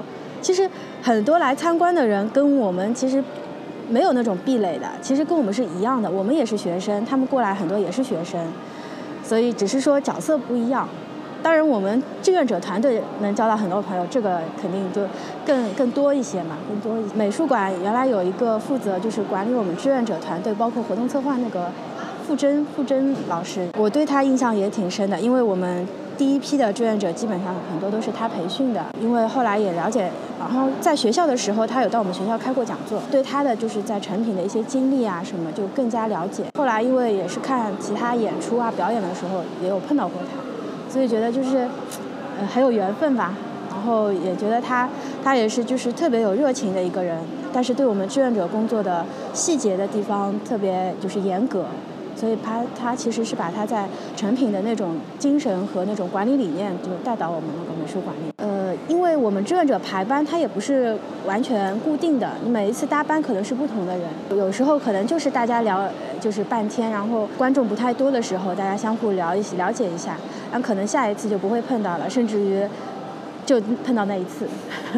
其实很多来参观的人跟我们其实没有那种壁垒的，其实跟我们是一样的，我们也是学生，他们过来很多也是学生，所以只是说角色不一样。当然我们志愿者团队能交到很多朋友，这个肯定就更更多一些嘛，更多一些。美术馆原来有一个负责就是管理我们志愿者团队，包括活动策划那个傅真傅真老师，我对他印象也挺深的，因为我们第一批的志愿者基本上很多都是他培训的，因为后来也了解，然后在学校的时候他有到我们学校开过讲座，对他的就是在成品的一些经历啊什么就更加了解。后来因为也是看其他演出啊表演的时候也有碰到过他，所以觉得就是呃很有缘分吧，然后也觉得他他也是就是特别有热情的一个人，但是对我们志愿者工作的细节的地方特别就是严格，所以他他其实是把他在成品的那种精神和那种管理理念就带到我们那个美术馆里。呃，因为我们志愿者排班它也不是完全固定的，你每一次搭班可能是不同的人，有时候可能就是大家聊就是半天，然后观众不太多的时候，大家相互聊一起了解一下，然后可能下一次就不会碰到了，甚至于就碰到那一次。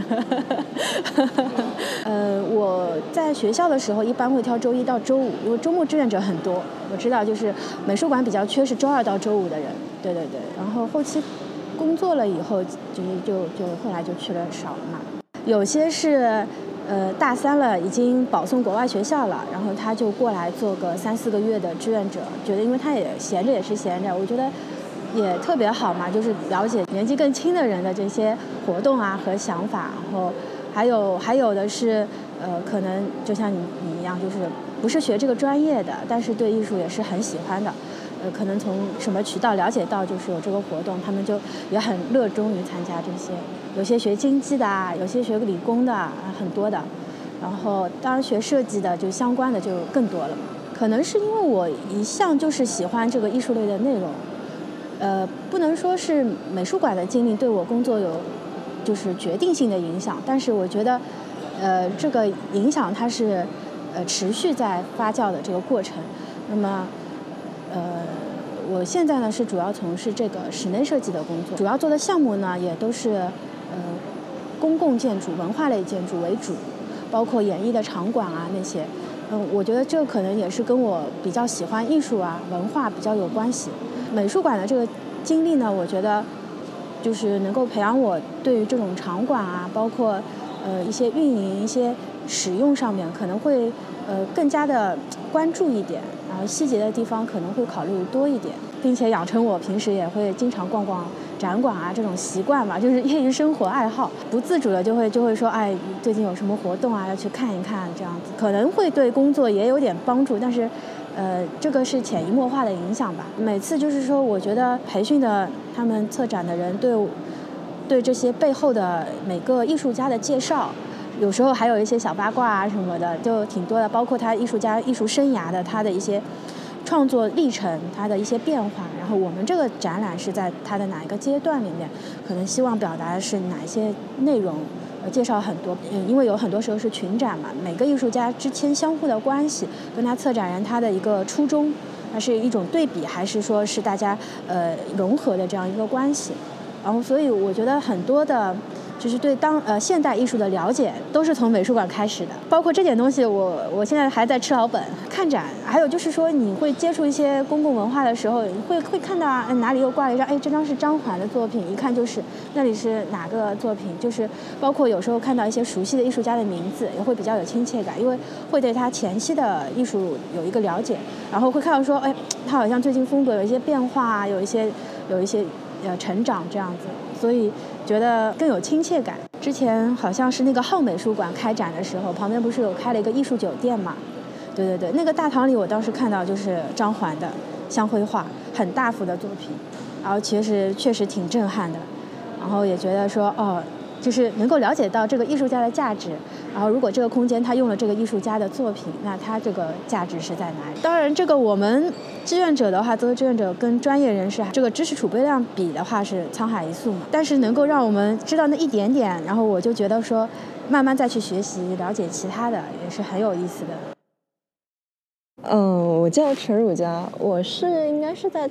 呃，我在学校的时候一般会挑周一到周五，因为周末志愿者很多。我知道就是美术馆比较缺是周二到周五的人，对对对。然后后期工作了以后，就是就就后来就去了少了嘛。有些是呃大三了已经保送国外学校了，然后他就过来做个三四个月的志愿者，觉得因为他也闲着也是闲着，我觉得也特别好嘛，就是了解年纪更轻的人的这些活动啊和想法，然后还有还有的是呃可能就像你你一样，就是不是学这个专业的，但是对艺术也是很喜欢的，呃可能从什么渠道了解到就是有这个活动，他们就也很热衷于参加这些，有些学经济的啊，有些学理工的啊，很多的，然后当然学设计的就相关的就更多了嘛。可能是因为我一向就是喜欢这个艺术类的内容。呃，不能说是美术馆的经历对我工作有就是决定性的影响，但是我觉得，呃，这个影响它是呃持续在发酵的这个过程。那么，呃，我现在呢是主要从事这个室内设计的工作，主要做的项目呢也都是呃公共建筑、文化类建筑为主，包括演艺的场馆啊那些。嗯，我觉得这可能也是跟我比较喜欢艺术啊、文化比较有关系。美术馆的这个经历呢，我觉得就是能够培养我对于这种场馆啊，包括呃一些运营、一些使用上面可能会呃更加的关注一点，然后细节的地方可能会考虑多一点，并且养成我平时也会经常逛逛展馆啊这种习惯嘛，就是业余生活爱好，不自主的就会就会说，哎，最近有什么活动啊，要去看一看，这样子可能会对工作也有点帮助，但是。呃，这个是潜移默化的影响吧。每次就是说，我觉得培训的他们策展的人对对这些背后的每个艺术家的介绍，有时候还有一些小八卦啊什么的，就挺多的。包括他艺术家艺术生涯的他的一些创作历程，他的一些变化。然后我们这个展览是在他的哪一个阶段里面，可能希望表达的是哪一些内容。介绍很多，嗯，因为有很多时候是群展嘛，每个艺术家之间相互的关系，跟他策展人他的一个初衷，它是一种对比，还是说是大家呃融合的这样一个关系？然后，所以我觉得很多的，就是对当呃现代艺术的了解，都是从美术馆开始的。包括这点东西我，我我现在还在吃老本，看展，还有就是说，你会接触一些公共文化的时候，会会看到啊，哪里又挂了一张，哎，这张是张环的作品，一看就是那里是哪个作品，就是包括有时候看到一些熟悉的艺术家的名字，也会比较有亲切感，因为会对他前期的艺术有一个了解，然后会看到说，哎，他好像最近风格有一些变化，有一些有一些呃成长这样子，所以觉得更有亲切感。之前好像是那个浩美术馆开展的时候，旁边不是有开了一个艺术酒店嘛？对对对，那个大堂里我当时看到就是张环的香灰画，很大幅的作品，然后其实确实挺震撼的，然后也觉得说哦，就是能够了解到这个艺术家的价值，然后如果这个空间他用了这个艺术家的作品，那他这个价值是在哪里？当然这个我们志愿者的话，作为志愿者跟专业人士这个知识储备量比的话是沧海一粟嘛，但是能够让我们知道那一点点，然后我就觉得说慢慢再去学习了解其他的也是很有意思的。 嗯，我叫陈汝佳，我是应该是在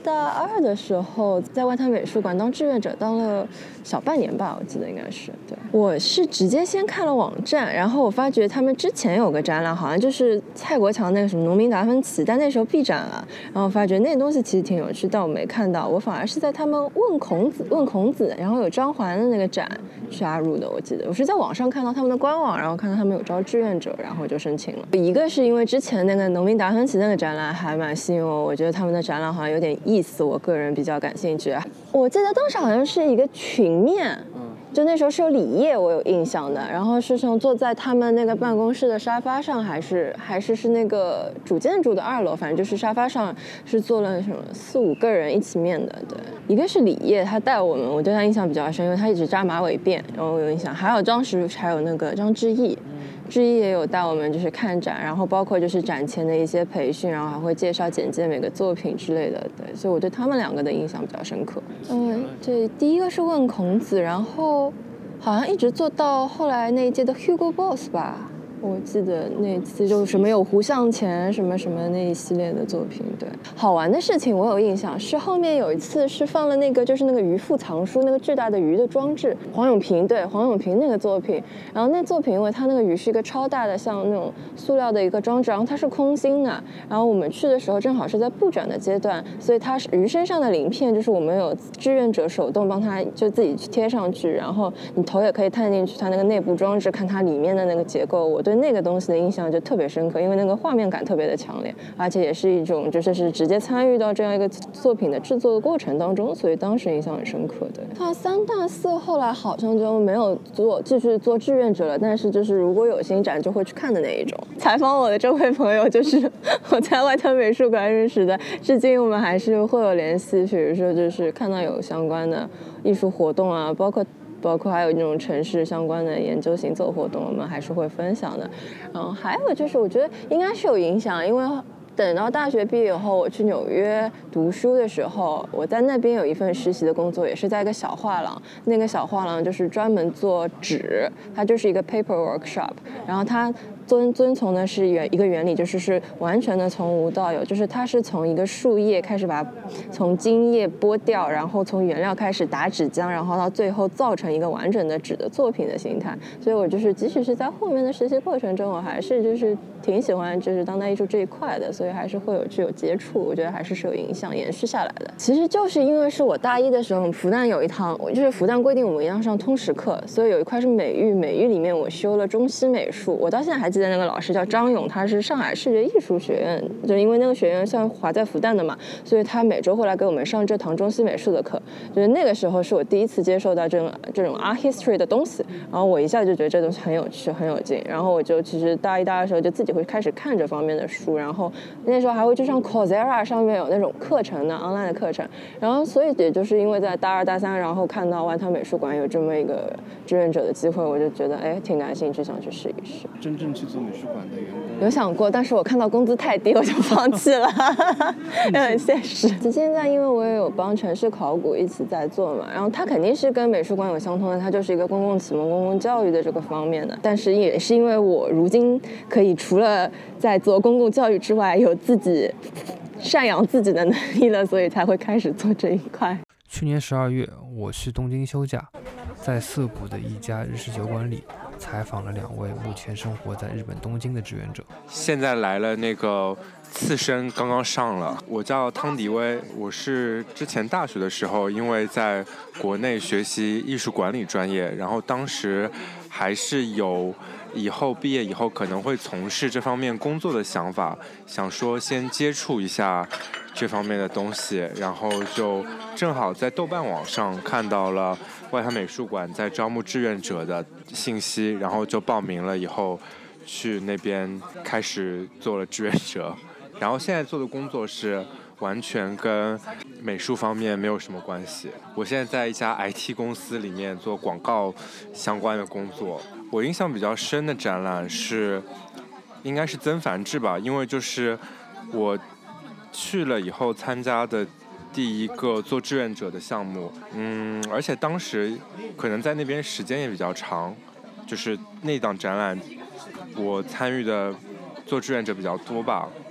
大二的时候在外滩美术馆当志愿者，当了小半年吧，我记得应该是。对，我是直接先看了网站，然后我发觉他们之前有个展览，好像就是蔡国强那个什么农民达芬奇，但那时候闭展了，然后发觉那东西其实挺有趣，但我没看到，我反而是在他们问孔子问孔子，然后有张环的那个展加入的，我记得我是在网上看到他们的官网，然后看到他们有招志愿者，然后就申请了。一个是因为之前那个农民达芬奇那个展览还蛮吸引我，我觉得他们的展览好像有点意思，我个人比较感兴趣。我记得当时好像是一个群面，就那时候是有李烨，我有印象的，然后是从坐在他们那个办公室的沙发上，还是还是是那个主建筑的二楼，反正就是沙发上是坐了什么四五个人一起面的。对，一个是李烨，他带我们，我对他印象比较深，因为他一直扎马尾辫，然后我有印象。还有当时还有那个张志毅。志毅也有带我们就是看展，然后包括就是展前的一些培训，然后还会介绍简介每个作品之类的。对，所以我对他们两个的印象比较深刻。嗯，对，第一个是问孔子，然后好像一直做到后来那一届的 Hugo Boss 吧。我记得那次就什么有胡向前什么什么那一系列的作品。对，好玩的事情我有印象是后面有一次是放了那个就是那个鱼腹藏书那个巨大的鱼的装置，黄永平，对，黄永平那个作品，然后那作品因为它那个鱼是一个超大的像那种塑料的一个装置，然后它是空心的，然后我们去的时候正好是在布展的阶段，所以它是鱼身上的鳞片就是我们有志愿者手动帮它就自己去贴上去，然后你头也可以探进去它那个内部装置看它里面的那个结构，我对那个东西的印象就特别深刻，因为那个画面感特别的强烈，而且也是一种就是是直接参与到这样一个作品的制作的过程当中，所以当时印象很深刻。对，大三大四后来好像就没有做继续做志愿者了，但是就是如果有新展就会去看的那一种。采访我的这位朋友就是我在外滩美术馆认识的，至今我们还是会有联系，比如说就是看到有相关的艺术活动啊，包括包括还有那种城市相关的研究行走活动，我们还是会分享的。然后还有就是我觉得应该是有影响，因为等到大学毕业以后，我去纽约读书的时候，我在那边有一份实习的工作，也是在一个小画廊。那个小画廊就是专门做纸，它就是一个 paper workshop。然后它遵遵从的是原一个原理，就是是完全的从无到有，就是它是从一个树叶开始把从茎叶剥掉，然后从原料开始打纸浆，然后到最后造成一个完整的纸的作品的形态。所以我就是即使是在后面的实习过程中，我还是就是挺喜欢就是当代艺术这一块的，所以还是会有具有接触，我觉得还是是有影响延续下来的。其实就是因为是我大一的时候，复旦有一堂，就是复旦规定我们一定要上通识课，所以有一块是美育，美育里面我修了中西美术。我到现在还记得那个老师叫张勇，他是上海视觉艺术学院，就因为那个学院算划在复旦的嘛，所以他每周会来给我们上这堂中西美术的课。就是那个时候是我第一次接受到这种这种 art history 的东西，然后我一下就觉得这东西很有趣很有劲，然后我就其实大一大二的时候就自己会开始看这方面的书，然后那时候还会去上 Coursera 上面有那种课程的 online 的课程，然后所以也就是因为在大二大三，然后看到外滩美术馆有这么一个志愿者的机会，我就觉得哎挺感兴趣，想去试一试。 真正去做美术馆的员工有想过，但是我看到工资太低，我就放弃了，也很现实。现在因为我也有帮城市考古一起在做嘛，然后它肯定是跟美术馆有相通的，它就是一个公共启蒙、公共教育的这个方面的。但是也是因为我如今可以除了在做公共教育之外，有自己赡养自己的能力了，所以才会开始做这一块。 去年十二月，我去东京休假，在涩谷的一家日式酒馆里采访了两位目前生活在日本东京的志愿者。 现在来了那个刺身刚刚上了，我叫汤迪威，我是之前大学的时候因为在国内学习艺术管理专业，然后当时还是有以后毕业以后可能会从事这方面工作的想法，想说先接触一下这方面的东西，然后就正好在豆瓣网上看到了外滩美术馆在招募志愿者的信息，然后就报名了，以后去那边开始做了志愿者，然后现在做的工作是完全跟美术方面没有什么关系。我现在在一家 I T 公司里面做广告相关的工作。我印象比较深的展览是应该是曾梵志吧，因为就是我去了以后参加的第一个做志愿者的项目，嗯，而且当时可能在那边时间也比较长，就是那档展览我参与的做志愿者比较多吧。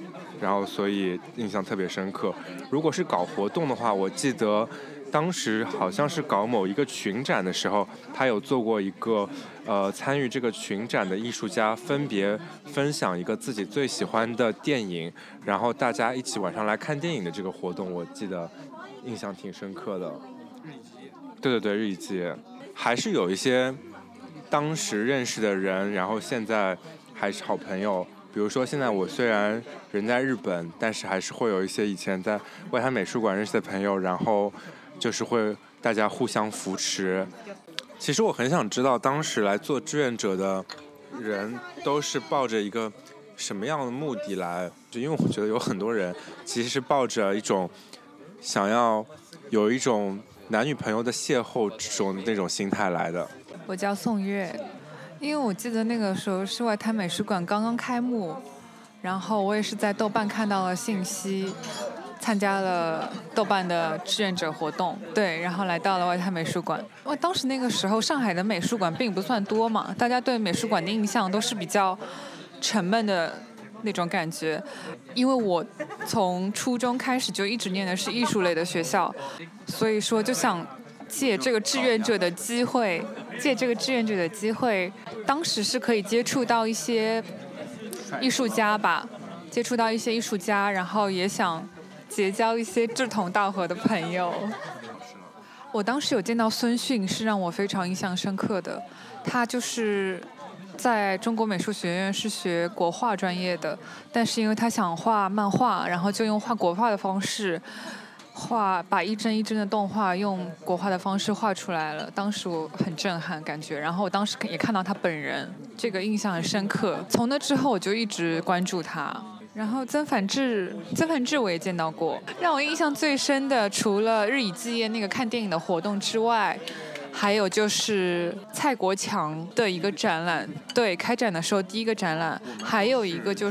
然后所以印象特别深刻。如果是搞活动的话，我记得当时好像是搞某一个群展的时候，他有做过一个呃参与这个群展的艺术家分别分享一个自己最喜欢的电影，然后大家一起晚上来看电影的这个活动，我记得印象挺深刻的。对对对，日以继夜，还是有一些当时认识的人，然后现在还是好朋友。比如说现在我虽然人在日本，但是还是会有一些以前在外滩美术馆认识的朋友，然后就是会大家互相扶持。其实我很想知道当时来做志愿者的人都是抱着一个什么样的目的来，就因为我觉得有很多人其实是抱着一种想要有一种男女朋友的邂逅这种那种心态来的。 我叫宋月，因为我记得那个时候是外滩美术馆刚刚开幕，然后我也是在豆瓣看到了信息，参加了豆瓣的志愿者活动，对，然后来到了外滩美术馆。我当时那个时候上海的美术馆并不算多嘛，大家对美术馆的印象都是比较沉闷的那种感觉。因为我从初中开始就一直念的是艺术类的学校，所以说就想借这个志愿者的机会，借这个志愿者的机会，当时是可以接触到一些艺术家吧，接触到一些艺术家，然后也想结交一些志同道合的朋友。我当时有见到孙迅，是让我非常印象深刻的。他就是在中国美术学院是学国画专业的，但是因为他想画漫画，然后就用画国画的方式画，把一帧一帧的动画用国画的方式画出来了。当时我很震撼感觉，然后我当时也看到他本人，这个印象很深刻。从那之后我就一直关注他。然后曾梵志，曾梵志我也见到过。让我印象最深的，除了日以继夜那个看电影的活动之外，还有就是蔡国强的一个展览，对，开展的时候第一个展览。还有一个就是，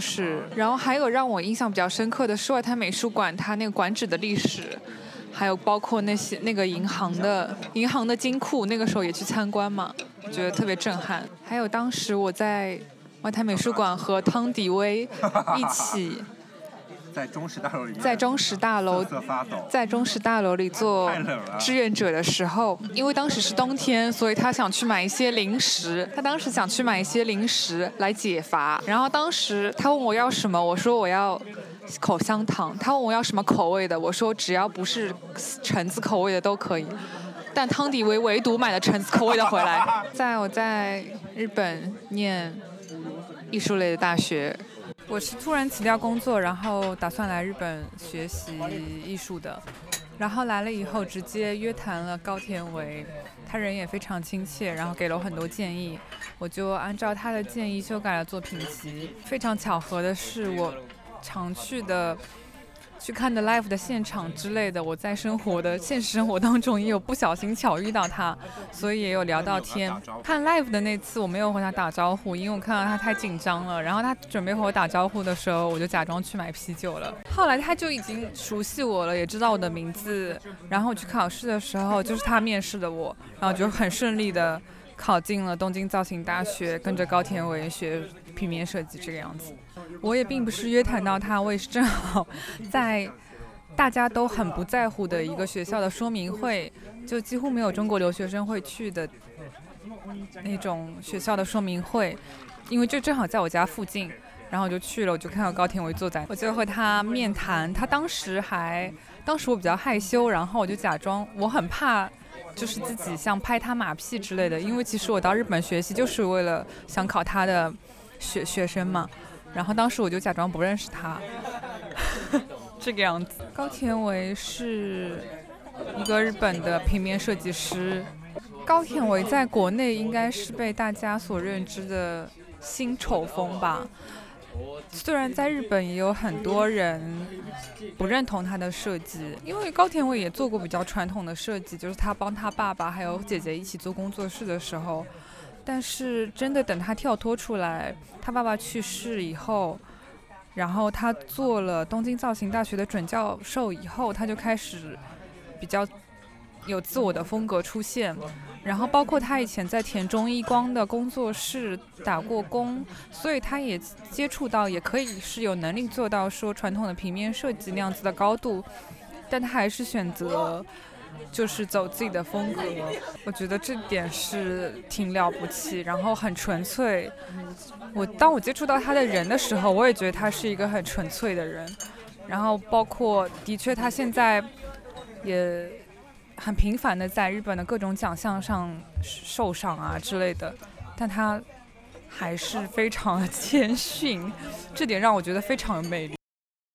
然后还有让我印象比较深刻的是外滩美术馆它那个馆址的历史，还有包括那些那个银行的银行的金库，那个时候也去参观嘛，我觉得特别震撼。还有当时我在外滩美术馆和汤迪威一起在中石大楼里， 在中石大楼，在中石大楼里做志愿者的时候，因为当时是冬天，所以他想去买一些零食。他当时想去买一些零食来解乏。然后当时他问我要什么，我说我要口香糖。他问我要什么口味的，我说只要不是橙子口味的都可以。但汤迪维唯独买了橙子口味的回来。在我在日本念艺术类的大学。我是突然辞掉工作，然后打算来日本学习艺术的。然后来了以后，直接约谈了高田唯，他人也非常亲切，然后给了我很多建议，我就按照他的建议修改了作品集。非常巧合的是，我常去的去看的 live 的现场之类的，我在生活的现实生活当中也有不小心巧遇到他，所以也有聊到天。看 live 的那次我没有和他打招呼，因为我看到他太紧张了，然后他准备和我打招呼的时候，我就假装去买啤酒了。后来他就已经熟悉我了，也知道我的名字，然后我去考试的时候就是他面试的我，然后就很顺利的考进了东京造型大学，跟着高田唯学平面设计这个样子。我也并不是约谈到他，我也是正好在大家都很不在乎的一个学校的说明会，就几乎没有中国留学生会去的那种学校的说明会，因为就正好在我家附近，然后我就去了，我就看到高田唯坐在，我就和他面谈。他当时还，当时我比较害羞，然后我就假装我很怕就是自己像拍他马屁之类的，因为其实我到日本学习就是为了想考他的学学生嘛。然后当时我就假装不认识他这个样子。高田唯是一个日本的平面设计师。高田唯在国内应该是被大家所认知的新丑风吧，虽然在日本也有很多人不认同他的设计，因为高田唯也做过比较传统的设计，就是他帮他爸爸还有姐姐一起做工作室的时候，但是真的等他跳脱出来，他爸爸去世以后，然后他做了东京造型大学的准教授以后，他就开始比较有自我的风格出现。然后包括他以前在田中一光的工作室打过工，所以他也接触到，也可以是有能力做到说传统的平面设计那样子的高度，但他还是选择就是走自己的风格，我觉得这点是挺了不起，然后很纯粹。我当我接触到他的人的时候，我也觉得他是一个很纯粹的人。然后包括的确他现在也很频繁的在日本的各种奖项上受赏啊之类的，但他还是非常的谦逊，这点让我觉得非常有魅力。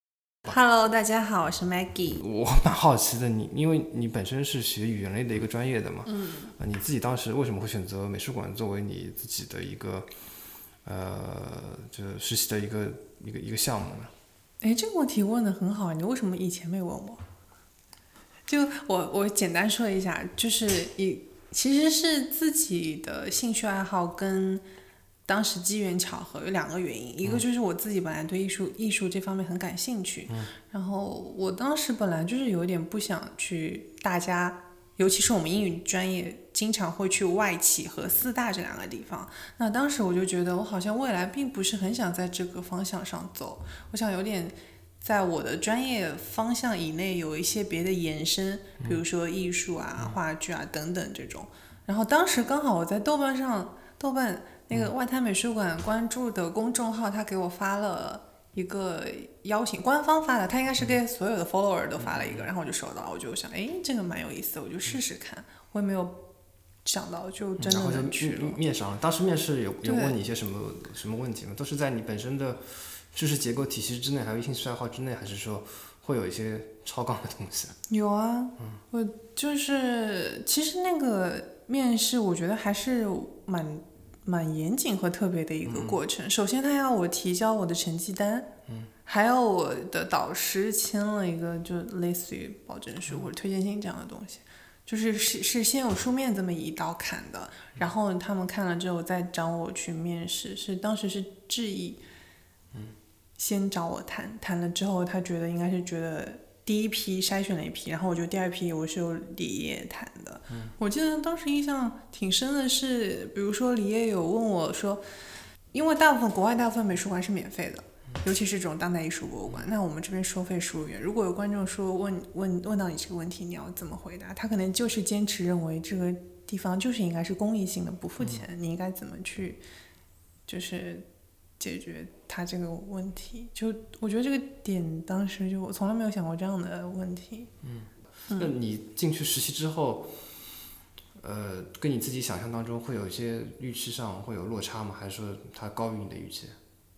Hello， 大家好，我是 Maggie。 我蛮好奇的，你因为你本身是学语言类的一个专业的嘛， 嗯， 呃，你自己当时为什么会选择美术馆作为你自己的一个呃，就实习的一个一个一个项目呢？ 哎，这个问题问得很好，你为什么以前没问我？就我我简单说一下，就是一其实是自己的兴趣爱好跟当时机缘巧合有两个原因，一个就是我自己本来对艺术艺术这方面很感兴趣， 嗯， 然后我当时本来就是有点不想去大家，尤其是我们英语专业经常会去外企和四大这两个地方，那当时我就觉得我好像未来并不是很想在这个方向上走，我想有点在我的专业方向以内有一些别的延伸，比如说艺术啊、话剧啊等等这种。然后当时刚好我在豆瓣上，豆瓣那个外滩美术馆关注的公众号，他给我发了一个邀请，官方发的，他应该是给所有的 follower 都发了一个，然后我就收到，我就想，哎，这个蛮有意思的，我就试试看。我也没有想到就真的能去了。 然后就面上了，当时面试有有问你一些什么什么问题吗？都是在你本身的知识结构体系之内，还有兴趣爱好之内，还是说会有一些超纲的东西？ 有啊， 嗯， 我就是其实那个面试，我觉得还是蛮蛮严谨和特别的一个过程。嗯，首先他要我提交我的成绩单， 嗯， 还有我的导师签了一个就类似于保证书或者推荐信这样的东西，就是是是先有书面这么一道坎的，然后他们看了之后再找我去面试，是当时是致意。先找我谈，谈了之后他觉得应该是觉得第一批筛选了一批，然后我觉得第二批我是有李烨谈的， 嗯， 我记得当时印象挺深的是，比如说李烨有问我说，因为大部分国外大部分美术馆是免费的，尤其是这种当代艺术博物馆，那我们这边收费十五元，如果有观众说问问问到你这个问题，你要怎么回答？他可能就是坚持认为这个地方就是应该是公益性的，不付钱，嗯，你应该怎么去就是解决他这个问题，就我觉得这个点当时就我从来没有想过这样的问题。 嗯，那你进去实习之后，呃，跟你自己想象当中会有一些预期上会有落差吗？还是说它高于你的预期？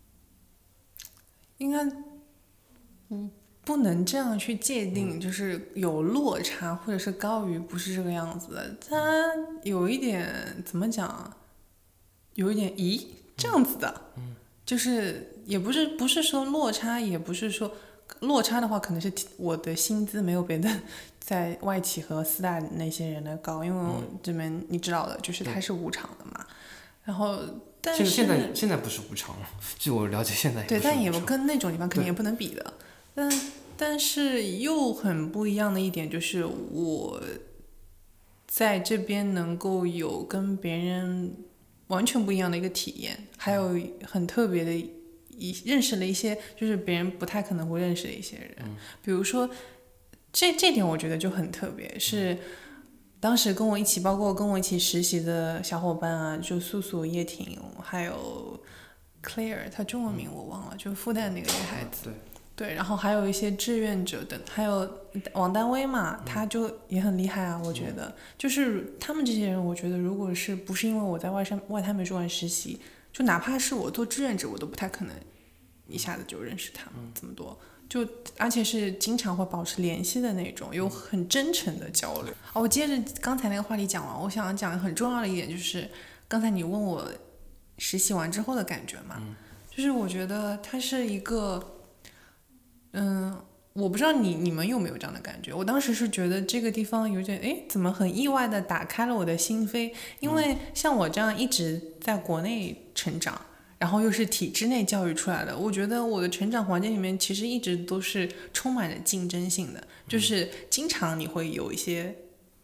应该，嗯，不能这样去界定， 嗯， 就是有落差或者是高于，不是这个样子的。它有一点怎么讲？有一点咦这样子的。 嗯。 就是也不是不是说落差，也不是说落差的话，可能是我的薪资没有别的在外企和四大那些人的高，因为我这边你知道的，就是它是无偿的嘛。然后，但是现在现在不是无偿了，据我了解，现在也不是无偿。 对，但也跟那种地方肯定也不能比的。但但是又很不一样的一点就是我在这边能够有跟别人完全不一样的一个体验，还有很特别的一认识了一些就是别人不太可能会认识的一些人， 嗯， 比如说这这点我觉得就很特别，是当时跟我一起包括跟我一起实习的小伙伴啊，就素素、叶婷还有 Claire， 她中文名我忘了，就复旦那个女孩子， 对对，然后还有一些志愿者等，还有王丹薇嘛，他就也很厉害啊，我觉得，就是他们这些人，我觉得如果是不是因为我在外山外滩美术馆实习，就哪怕是我做志愿者，我都不太可能一下子就认识他们这么多，就而且是经常会保持联系的那种，有很真诚的交流。哦，我接着刚才那个话题讲完，我想讲很重要的一点就是，刚才你问我实习完之后的感觉嘛， 嗯， 就是我觉得它是一个。嗯，我不知道你你们有没有这样的感觉？我当时是觉得这个地方有点，哎，怎么很意外的打开了我的心扉？因为像我这样一直在国内成长，然后又是体制内教育出来的，我觉得我的成长环境里面其实一直都是充满着竞争性的，就是经常你会有一些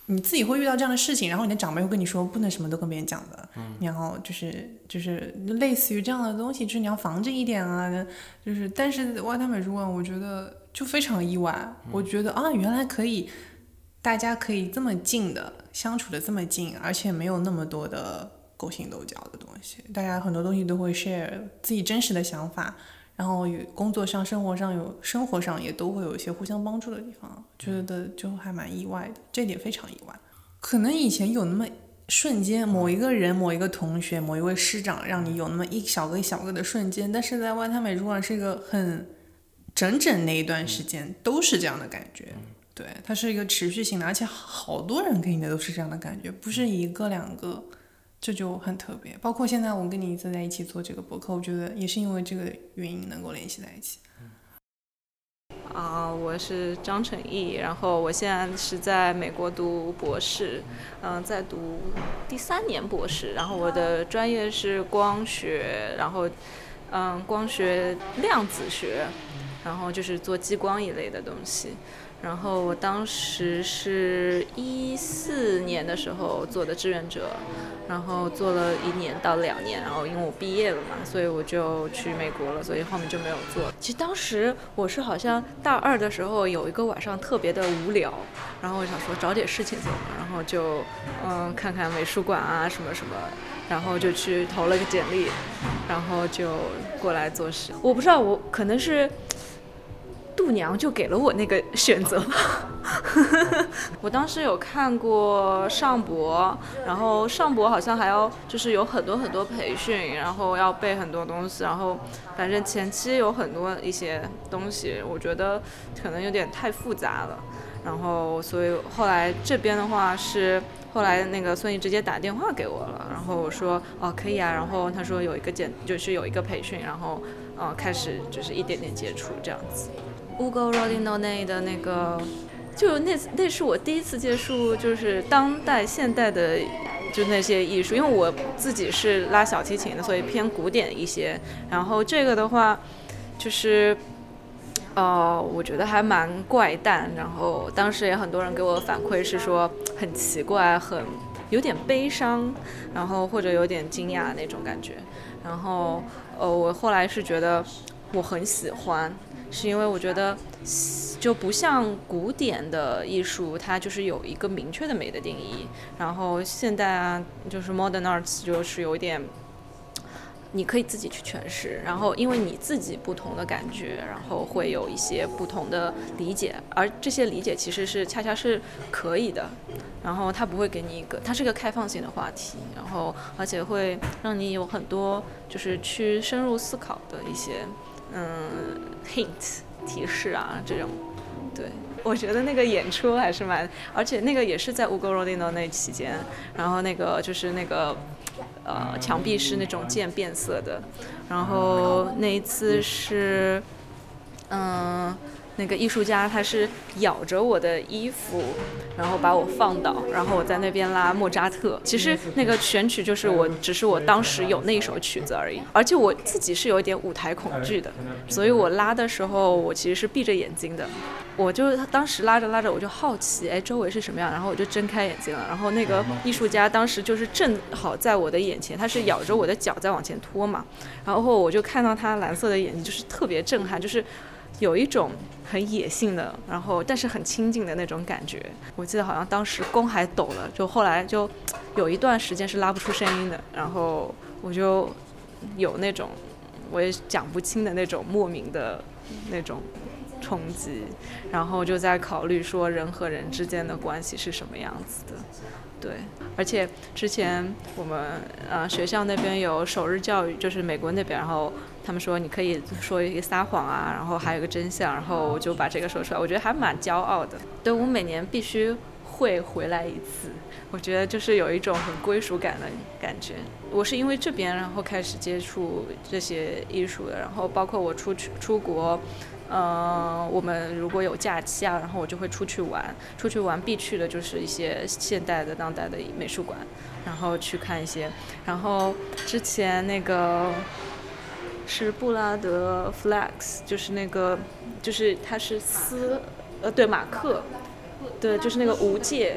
你自己会遇到这样的事情，然后你的长辈会跟你说不能什么都跟别人讲的，嗯、然后就是就是类似于这样的东西，就是你要防着一点啊，就是但是外滩美术馆我觉得就非常意外，嗯、我觉得啊原来可以，大家可以这么近的相处的这么近，而且没有那么多的勾心斗角的东西，大家很多东西都会 share 自己真实的想法。然后工作上、生活上有生活上也都会有一些互相帮助的地方，觉得就还蛮意外的，这点非常意外。可能以前有那么瞬间，某一个人、某一个同学、某一位师长，让你有那么一小个一小个的瞬间，但是在外滩美术馆是一个很整整那一段时间都是这样的感觉，对，它是一个持续性的，而且好多人给你的都是这样的感觉，不是一个两个。这就很特别，包括现在我跟你在一起做这个博客，我觉得也是因为这个原因能够联系在一起。 啊、呃，我是张晨毅，然后我现在是在美国读博士，嗯、呃，在读第三年博士，然后我的专业是光学，然后嗯、呃，光学量子学，然后就是做激光一类的东西。然后我当时是一四年的时候做的志愿者，然后做了一年到两年，然后因为我毕业了嘛，所以我就去美国了，所以后面就没有做。其实当时我是好像大二的时候有一个晚上特别的无聊，然后我想说找点事情做，然后就嗯看看美术馆啊什么什么，然后就去投了个简历，然后就过来做事。我不知道，我可能是度娘就给了我那个选择。我当时有看过上博，然后上博好像还要就是有很多很多培训，然后要背很多东西，然后反正前期有很多一些东西，我觉得可能有点太复杂了，然后所以后来这边的话是后来那个孙毅直接打电话给我了，然后我说哦可以啊，然后他说有一个简就是有一个培训，然后呃开始就是一点点接触这样子。Ugo Rodinone 的那个，就那那是我第一次接触，就是当代现代的，就那些艺术。因为我自己是拉小提琴的，所以偏古典一些。然后这个的话，就是，呃，我觉得还蛮怪诞。然后当时也很多人给我反馈是说很奇怪，很有点悲伤，然后或者有点惊讶那种感觉。然后呃，我后来是觉得我很喜欢。是因为我觉得就不像古典的艺术，它就是有一个明确的美的定义，然后现代啊就是 modern arts 就是有一点你可以自己去诠释，然后因为你自己不同的感觉，然后会有一些不同的理解，而这些理解其实是恰恰是可以的，然后它不会给你一个，它是个开放性的话题，然后而且会让你有很多就是去深入思考的一些嗯 hint 提示啊这种。对，我觉得那个演出还是蛮，而且那个也是在 Ugo Rodinone 那期间，然后那个就是那个呃墙壁是那种渐变色的，然后那一次是嗯、呃、那个艺术家他是咬着我的衣服，然后把我放倒，然后我在那边拉莫扎特。其实那个选曲就是我只是我当时有那一首曲子而已，而且我自己是有一点舞台恐惧的，所以我拉的时候我其实是闭着眼睛的。我就当时拉着拉着我就好奇，哎，周围是什么样，然后我就睁开眼睛了，然后那个艺术家当时就是正好在我的眼前，他是咬着我的脚在往前拖嘛，然后我就看到他蓝色的眼睛，就是特别震撼，就是有一种很野性的，然后但是很亲近的那种感觉。我记得好像当时弓还抖了，就后来就有一段时间是拉不出声音的，然后我就有那种我也讲不清的那种莫名的那种冲击，然后就在考虑说人和人之间的关系是什么样子的。对，而且之前我们呃学校那边有首日教育，就是美国那边，然后他们说你可以说一个撒谎啊，然后还有一个真相，然后我就把这个说出来，我觉得还蛮骄傲的。对，我每年必须会回来一次，我觉得就是有一种很归属感的感觉。我是因为这边然后开始接触这些艺术的，然后包括我出去出国。呃，我们如果有假期啊，然后我就会出去玩，出去玩必去的就是一些现代的、当代的美术馆，然后去看一些。然后之前那个是布拉德 Flex， 就是那个，就是他是斯，呃，对，马克，对，就是那个无界。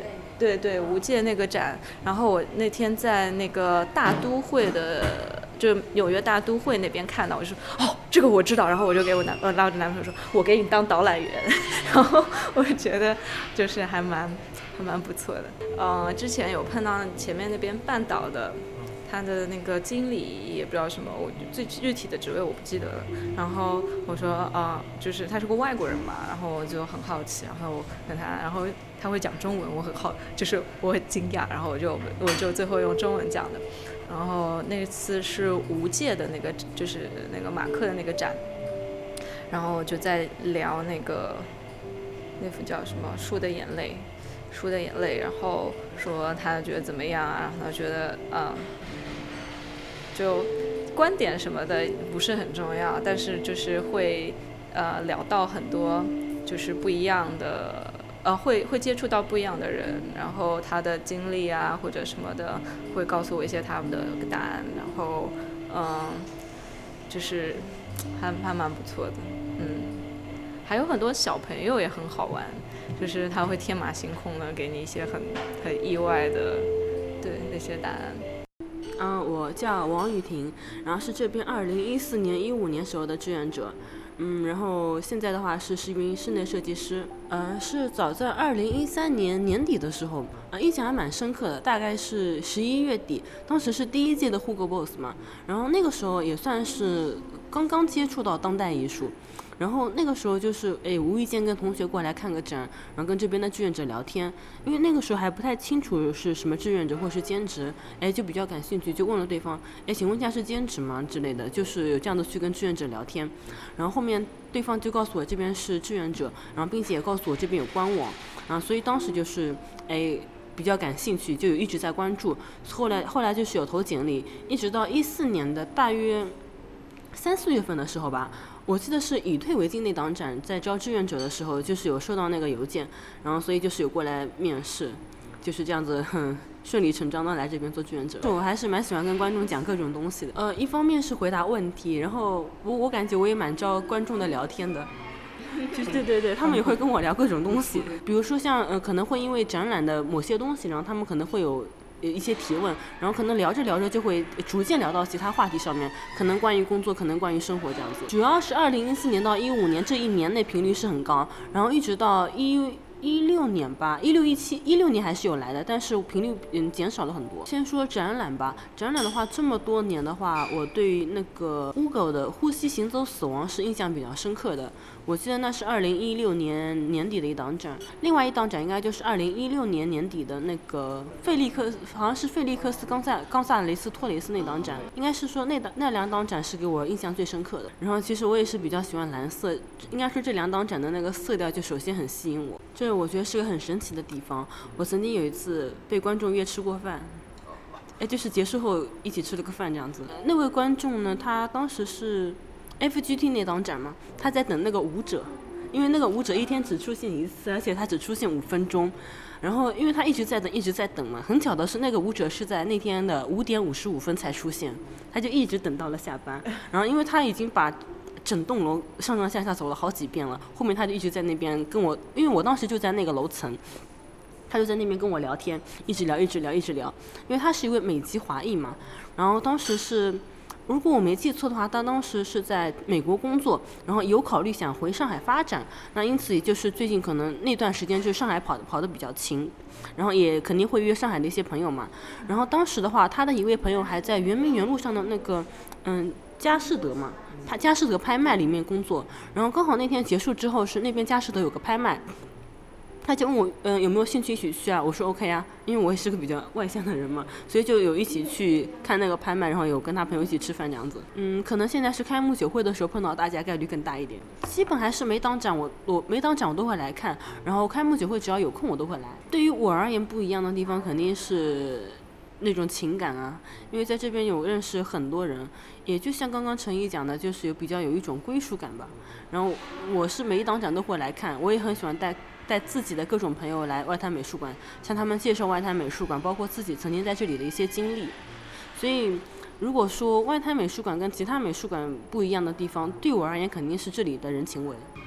对对，无界那个展，然后我那天在那个大都会的，就纽约大都会那边看到，我就说哦，这个我知道，然后我就给我男呃拉着男朋友说，我给你当导览员，然后我觉得就是还蛮还蛮不错的。呃，之前有碰到前面那边半岛的。他的那个经理也不知道什么，我最具体的职位我不记得了。然后我说啊、呃，就是他是个外国人嘛，然后我就很好奇，然后我跟他，然后他会讲中文，我很好，就是我很惊讶，然后我就我就最后用中文讲的。然后那次是无界的那个，就是那个马克的那个展，然后就在聊那个那幅叫什么《树的眼泪》。书的眼泪，然后说他觉得怎么样啊？他觉得嗯，就观点什么的不是很重要，但是就是会呃聊到很多就是不一样的呃会会接触到不一样的人，然后他的经历啊或者什么的会告诉我一些他们的答案，然后嗯就是还还蛮不错的，嗯，还有很多小朋友也很好玩。就是他会天马行空的给你一些很很意外的，对那些答案。 嗯，我叫王雨婷，然后是这边二零一四年、一五年时候的志愿者，嗯，然后现在的话是是一名室内设计师，呃，是早在二零一三年年底的时候，呃，印象还蛮深刻的，大概是十一月底，当时是第一届的 Hugo Boss 嘛，然后那个时候也算是刚刚接触到当代艺术。然后那个时候就是哎，无意间跟同学过来看个展，然后跟这边的志愿者聊天，因为那个时候还不太清楚是什么志愿者或是兼职，哎，就比较感兴趣，就问了对方，哎，请问一下是兼职吗之类的，就是有这样的去跟志愿者聊天。然后后面对方就告诉我这边是志愿者，然后并且也告诉我这边有官网，然后所以当时就是哎比较感兴趣，就有一直在关注。后来后来就是有投简历，一直到一四年的大约三四月份的时候吧。我记得是以退为进那档展在招志愿者的时候，就是有收到那个邮件，然后所以就是有过来面试，就是这样子很顺理成章的来这边做志愿者。我还是蛮喜欢跟观众讲各种东西的，呃，一方面是回答问题，然后我我感觉我也蛮招观众的聊天的。就是对对对，他们也会跟我聊各种东西，比如说像呃可能会因为展览的某些东西，然后他们可能会有一些提问，然后可能聊着聊着就会逐渐聊到其他话题上面，可能关于工作，可能关于生活这样子。主要是二零一四年到一五年这一年内频率是很高，然后一直到一一六年吧，一六一七一六年还是有来的，但是频率嗯减少了很多。先说展览吧，展览的话这么多年的话，我对于那个 Hugo 的呼吸行走死亡是印象比较深刻的。我记得那是二零一六年年底的一档展，另外一档展应该就是二零一六年年底的那个费利克，好像是费利克斯冈萨冈萨雷斯托雷斯那档展，应该是说那档那两档展是给我印象最深刻的。然后其实我也是比较喜欢蓝色，应该说这两档展的那个色调就首先很吸引我，这我觉得是个很神奇的地方。我曾经有一次被观众约吃过饭。哎，就是结束后一起吃了个饭这样子。那位观众呢，他当时是 F G T 那档展嘛，他在等那个舞者，因为那个舞者一天只出现一次，而且他只出现五分钟。然后因为他一直在等，一直在等嘛，很巧的是那个舞者是在那天的五点五十五分才出现，他就一直等到了下班。然后因为他已经把整栋楼上上下下走了好几遍了，后面他就一直在那边跟我，因为我当时就在那个楼层。他就在那边跟我聊天，一直聊一直聊一直聊，因为他是一位美籍华裔嘛，然后当时是如果我没记错的话，他当时是在美国工作，然后有考虑想回上海发展，那因此也就是最近可能那段时间就是上海跑跑得比较勤，然后也肯定会约上海的一些朋友嘛，然后当时的话他的一位朋友还在圆明园路上的那个嗯佳士得嘛，他佳士得拍卖里面工作，然后刚好那天结束之后是那边佳士得有个拍卖，他就问我，嗯、呃，有没有兴趣一起去啊？我说 OK 啊，因为我也是个比较外向的人嘛，所以就有一起去看那个拍卖，然后有跟他朋友一起吃饭这样子。嗯，可能现在是开幕酒会的时候碰到大家概率更大一点。基本还是每档展我我每档展我都会来看，然后开幕酒会只要有空我都会来。对于我而言不一样的地方肯定是那种情感啊，因为在这边有认识很多人，也就像刚刚陈毅讲的，就是有比较有一种归属感吧。然后我是每一档展都会来看，我也很喜欢带带自己的各种朋友来外滩美术馆，向他们介绍外滩美术馆，包括自己曾经在这里的一些经历。所以如果说外滩美术馆跟其他美术馆不一样的地方，对我而言肯定是这里的人情味。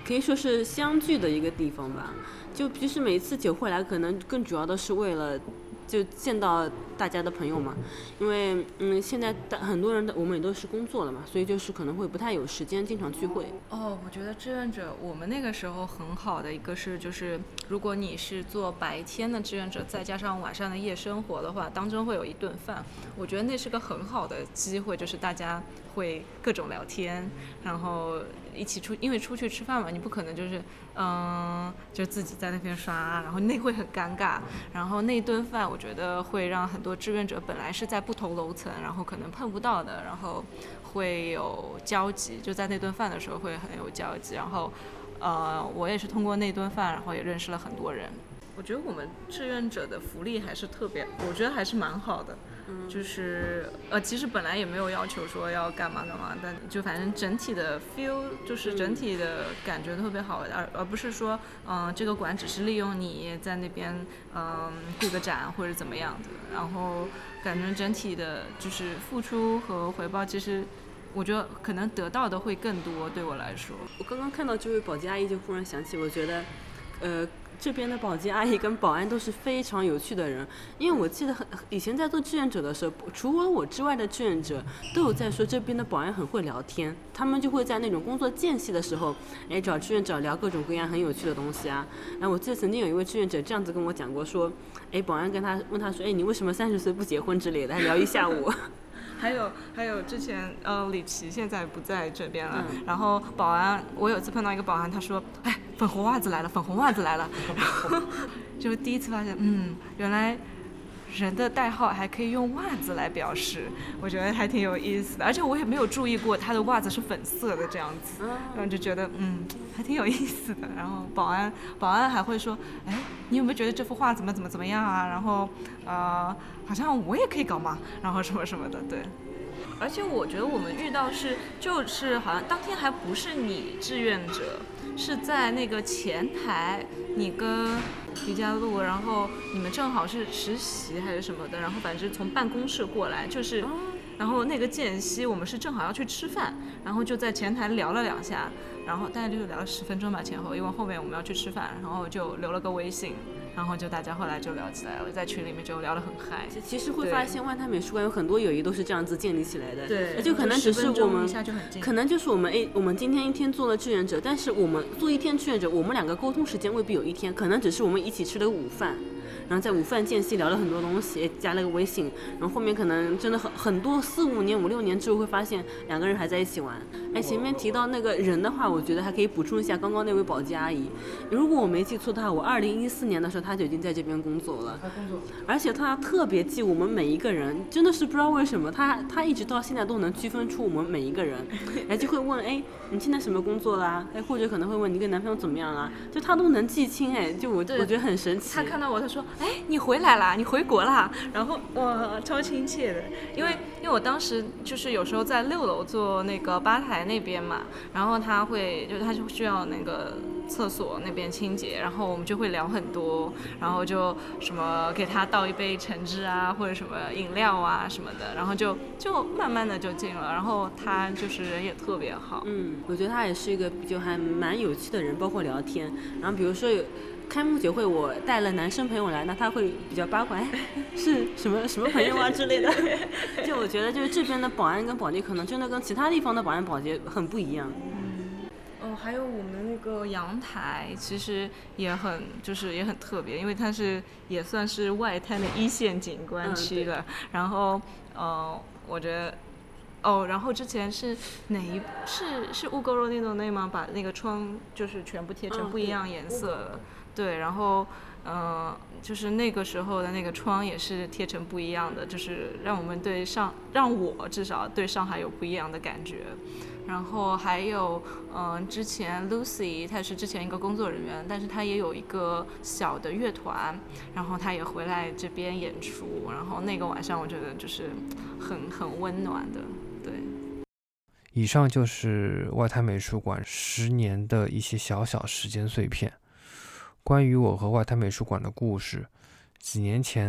可以说是相聚的一个地方吧。就其实每一次酒会来，可能更主要的是为了就见到大家的朋友嘛，因为嗯，现在很多人的我们也都是工作了嘛，所以就是可能会不太有时间经常聚会。 哦，我觉得志愿者我们那个时候很好的一个是，就是如果你是做白天的志愿者，再加上晚上的夜生活的话，当中会有一顿饭，我觉得那是个很好的机会，就是大家会各种聊天，然后一起出，因为出去吃饭嘛，你不可能就是嗯，就自己在那边刷，然后那会很尴尬。然后那顿饭，我觉得会让很多志愿者本来是在不同楼层，然后可能碰不到的，然后会有交集，就在那顿饭的时候会很有交集。然后，呃，我也是通过那顿饭，然后也认识了很多人。我觉得我们志愿者的福利还是特别，我觉得还是蛮好的。嗯、就是呃，其实本来也没有要求说要干嘛干嘛，但就反正整体的 feel 就是整体的感觉特别好，而而不是说嗯、呃、这个馆只是利用你在那边嗯布个展或者怎么样的，然后感觉整体的就是付出和回报，其实我觉得可能得到的会更多。对我来说， 我刚刚看到这位保洁阿姨，就忽然想起，我觉得呃。这边的保洁阿姨跟保安都是非常有趣的人，因为我记得很以前在做志愿者的时候，除了我之外的志愿者都有在说这边的保安很会聊天，他们就会在那种工作间隙的时候，哎找志愿者聊各种各样很有趣的东西啊。然后我记得曾经有一位志愿者这样子跟我讲过，说，哎保安跟他问他说，哎你为什么三十岁不结婚之类的，还聊一下午。 还有还有之前呃李琦现在不在这边了、嗯，然后保安我有次碰到一个保安，他说哎粉红袜子来了粉红袜子来了，然后就第一次发现嗯原来人的代号还可以用袜子来表示，我觉得还挺有意思的，而且我也没有注意过他的袜子是粉色的这样子，然后就觉得嗯还挺有意思的。然后保安保安还会说，哎你有没有觉得这幅画怎么怎么怎么样啊，然后呃好像我也可以搞嘛，然后什么什么的。对，而且我觉得我们遇到是就是好像当天还不是你志愿者，是在那个前台，你跟于佳璐，然后你们正好是实习还是什么的，然后反正从办公室过来，就是然后那个间隙我们是正好要去吃饭，然后就在前台聊了两下，然后大概就聊了十分钟吧前后，因为后面我们要去吃饭，然后就留了个微信，然后就大家后来就聊起来了，在群里面就聊得很嗨。 其实会发现外滩美术馆有很多友谊都是这样子建立起来的， 对， 就可能只是我们就可能就是我们哎我们今天一天做了志愿者，但是我们做一天志愿者，我们两个沟通时间未必有一天，可能只是我们一起吃了个午饭，然后在午饭间隙聊了很多东西，加了个微信，然后后面可能真的很很多四五年五六年之后会发现两个人还在一起玩。哎，前面提到那个人的话，我觉得还可以补充一下刚刚那位保洁阿姨，如果我没记错的话，我二零一四年的时候她就已经在这边工作了，而且她特别记我们每一个人，真的是不知道为什么她她一直到现在都能区分出我们每一个人，哎就会问哎你现在什么工作啦，哎或者可能会问你跟男朋友怎么样啦，就她都能记清，哎就我我觉得很神奇。 她看到我她说哎你回来啦，你回国啦，然后哇超亲切的，因为因为我当时就是有时候在六楼做那个吧台那边嘛，然后他会就他就需要那个厕所那边清洁，然后我们就会聊很多，然后就什么给他倒一杯橙汁啊，或者什么饮料啊什么的，然后就就慢慢的就进了，然后他就是人也特别好。 嗯，我觉得他也是一个就还蛮有趣的人，包括聊天，然后比如说有开幕酒会我带了男生朋友来，那他会比较八卦，哎，是什么什么朋友啊之类的。就我觉得就是这边的保安跟保洁可能真的跟其他地方的保安保洁很不一样。 嗯，哦，还有我们的那个阳台其实也很就是也很特别，因为它是也算是外滩的一线景观区了。嗯、然后呃，我觉得。哦，然后之前是哪一是是乌沟肉那种内吗？把那个窗就是全部贴成不一样颜色的，嗯、对，然后嗯、呃，就是那个时候的那个窗也是贴成不一样的，就是让我们对上让我至少对上海有不一样的感觉。然后还有嗯、呃，之前 Lucy 她是之前一个工作人员，但是她也有一个小的乐团，然后她也回来这边演出，然后那个晚上我觉得就是很很温暖的。对， 以上就是外滩美术馆十年的一些小小时间碎片。关于我和外滩美术馆的故事，几年前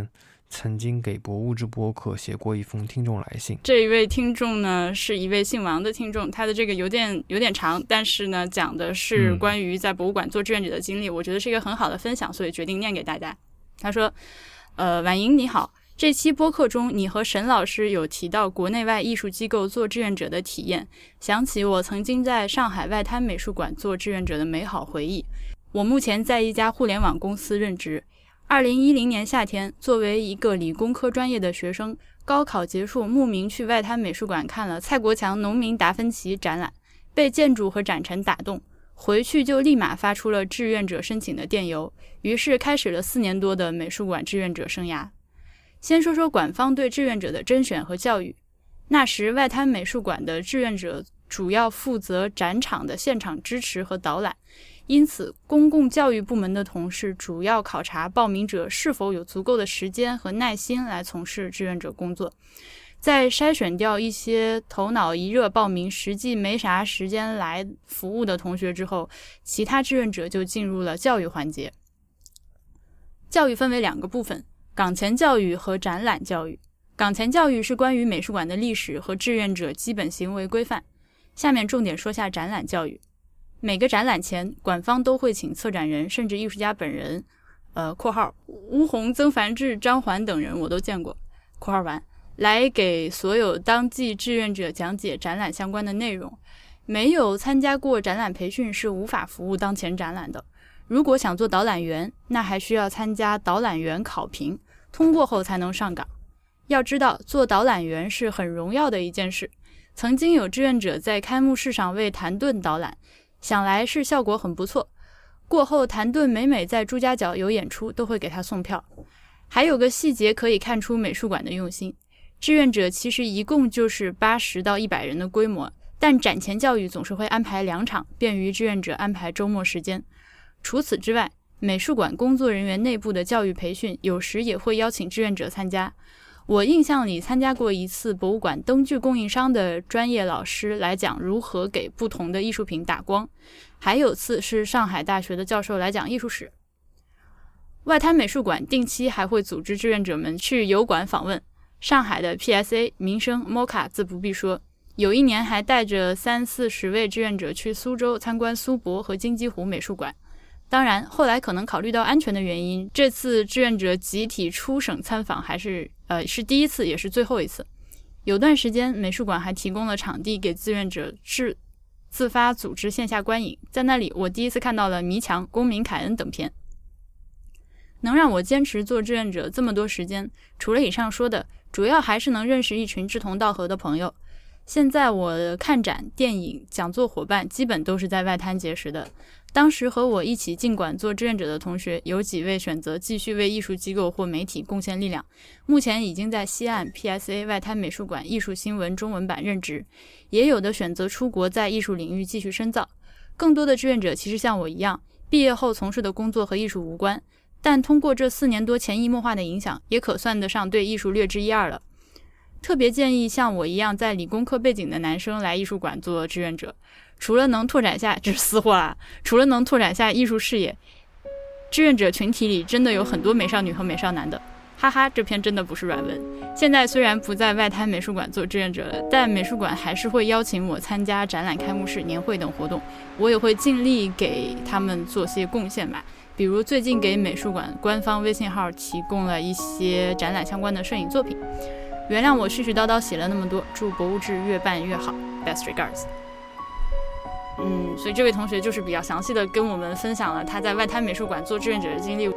曾经给博物志播客写过一封听众来信。 这一位听众呢是一位姓王的听众，他的这个邮件有点长，但是呢讲的是关于在博物馆做志愿者的经历、嗯、我觉得是一个很好的分享，所以决定念给大家。他说呃，婉莹你好，这期播客中你和沈老师有提到国内外艺术机构做志愿者的体验，想起我曾经在上海外滩美术馆做志愿者的美好回忆。我目前在一家互联网公司任职。二零一零年夏天，作为一个理工科专业的学生，高考结束慕名去外滩美术馆看了蔡国强农民达芬奇展览，被建筑和展陈打动，回去就立马发出了志愿者申请的电邮，于是开始了四年多的美术馆志愿者生涯。先说说馆方对志愿者的甄选和教育。那时外滩美术馆的志愿者主要负责展场的现场支持和导览，因此公共教育部门的同事主要考察报名者是否有足够的时间和耐心来从事志愿者工作。在筛选掉一些头脑一热报名实际没啥时间来服务的同学之后，其他志愿者就进入了教育环节。教育分为两个部分，岗前教育和展览教育。岗前教育是关于美术馆的历史和志愿者基本行为规范。下面重点说下展览教育。每个展览前，馆方都会请策展人甚至艺术家本人呃括号吴红、曾凡志、张环等人我都见过括号完来给所有当季志愿者讲解展览相关的内容。没有参加过展览培训是无法服务当前展览的。如果想做导览员，那还需要参加导览员考评，通过后才能上岗。要知道，做导览员是很荣耀的一件事。曾经有志愿者在开幕式上为谭盾导览，想来是效果很不错。过后谭盾每每在朱家角有演出，都会给他送票。还有个细节可以看出美术馆的用心，志愿者其实一共就是八十到一百人的规模，但展前教育总是会安排两场，便于志愿者安排周末时间。除此之外，美术馆工作人员内部的教育培训有时也会邀请志愿者参加。我印象里参加过一次博物馆灯具供应商的专业老师来讲如何给不同的艺术品打光，还有次是上海大学的教授来讲艺术史。外滩美术馆定期还会组织志愿者们去油馆访问，上海的 P S A、 民生、 M O C A 自不必说，有一年还带着三四十位志愿者去苏州参观苏博和金鸡湖美术馆。当然后来可能考虑到安全的原因，这次志愿者集体出省参访还是呃是第一次也是最后一次。有段时间美术馆还提供了场地给志愿者自自发组织线下观影，在那里我第一次看到了迷墙、公民凯恩等片。能让我坚持做志愿者这么多时间，除了以上说的，主要还是能认识一群志同道合的朋友。现在我看展、电影、讲座伙伴基本都是在外滩结识的。当时和我一起进馆做志愿者的同学，有几位选择继续为艺术机构或媒体贡献力量，目前已经在西岸 P S A 外滩美术馆艺术新闻中文版任职，也有的选择出国在艺术领域继续深造。更多的志愿者其实像我一样，毕业后从事的工作和艺术无关，但通过这四年多潜移默化的影响，也可算得上对艺术略知一二了。特别建议像我一样在理工科背景的男生来艺术馆做志愿者，除了能拓展下这是私货啊，除了能拓展下艺术视野，志愿者群体里真的有很多美少女和美少男的，哈哈，这篇真的不是软文。现在虽然不在外滩美术馆做志愿者了，但美术馆还是会邀请我参加展览开幕式、年会等活动，我也会尽力给他们做些贡献吧。比如最近给美术馆官方微信号提供了一些展览相关的摄影作品。原谅我絮絮叨叨写了那么多，祝博物志越办越好 ，Best regards。嗯，所以这位同学就是比较详细的跟我们分享了他在外滩美术馆做志愿者的经历。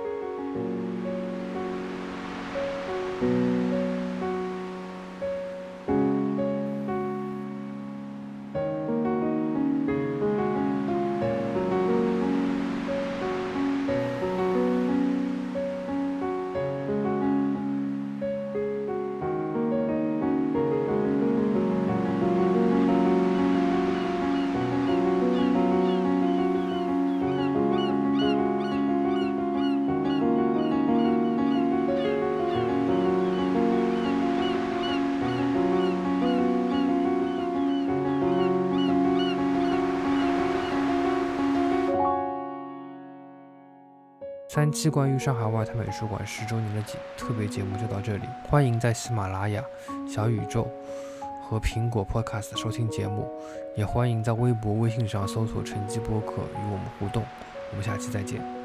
三期关于上海外滩美术馆十周年的特别节目就到这里，欢迎在喜马拉雅、小宇宙和苹果 Podcast 收听节目，也欢迎在微博、微信上搜索晨记播客与我们互动。我们下期再见。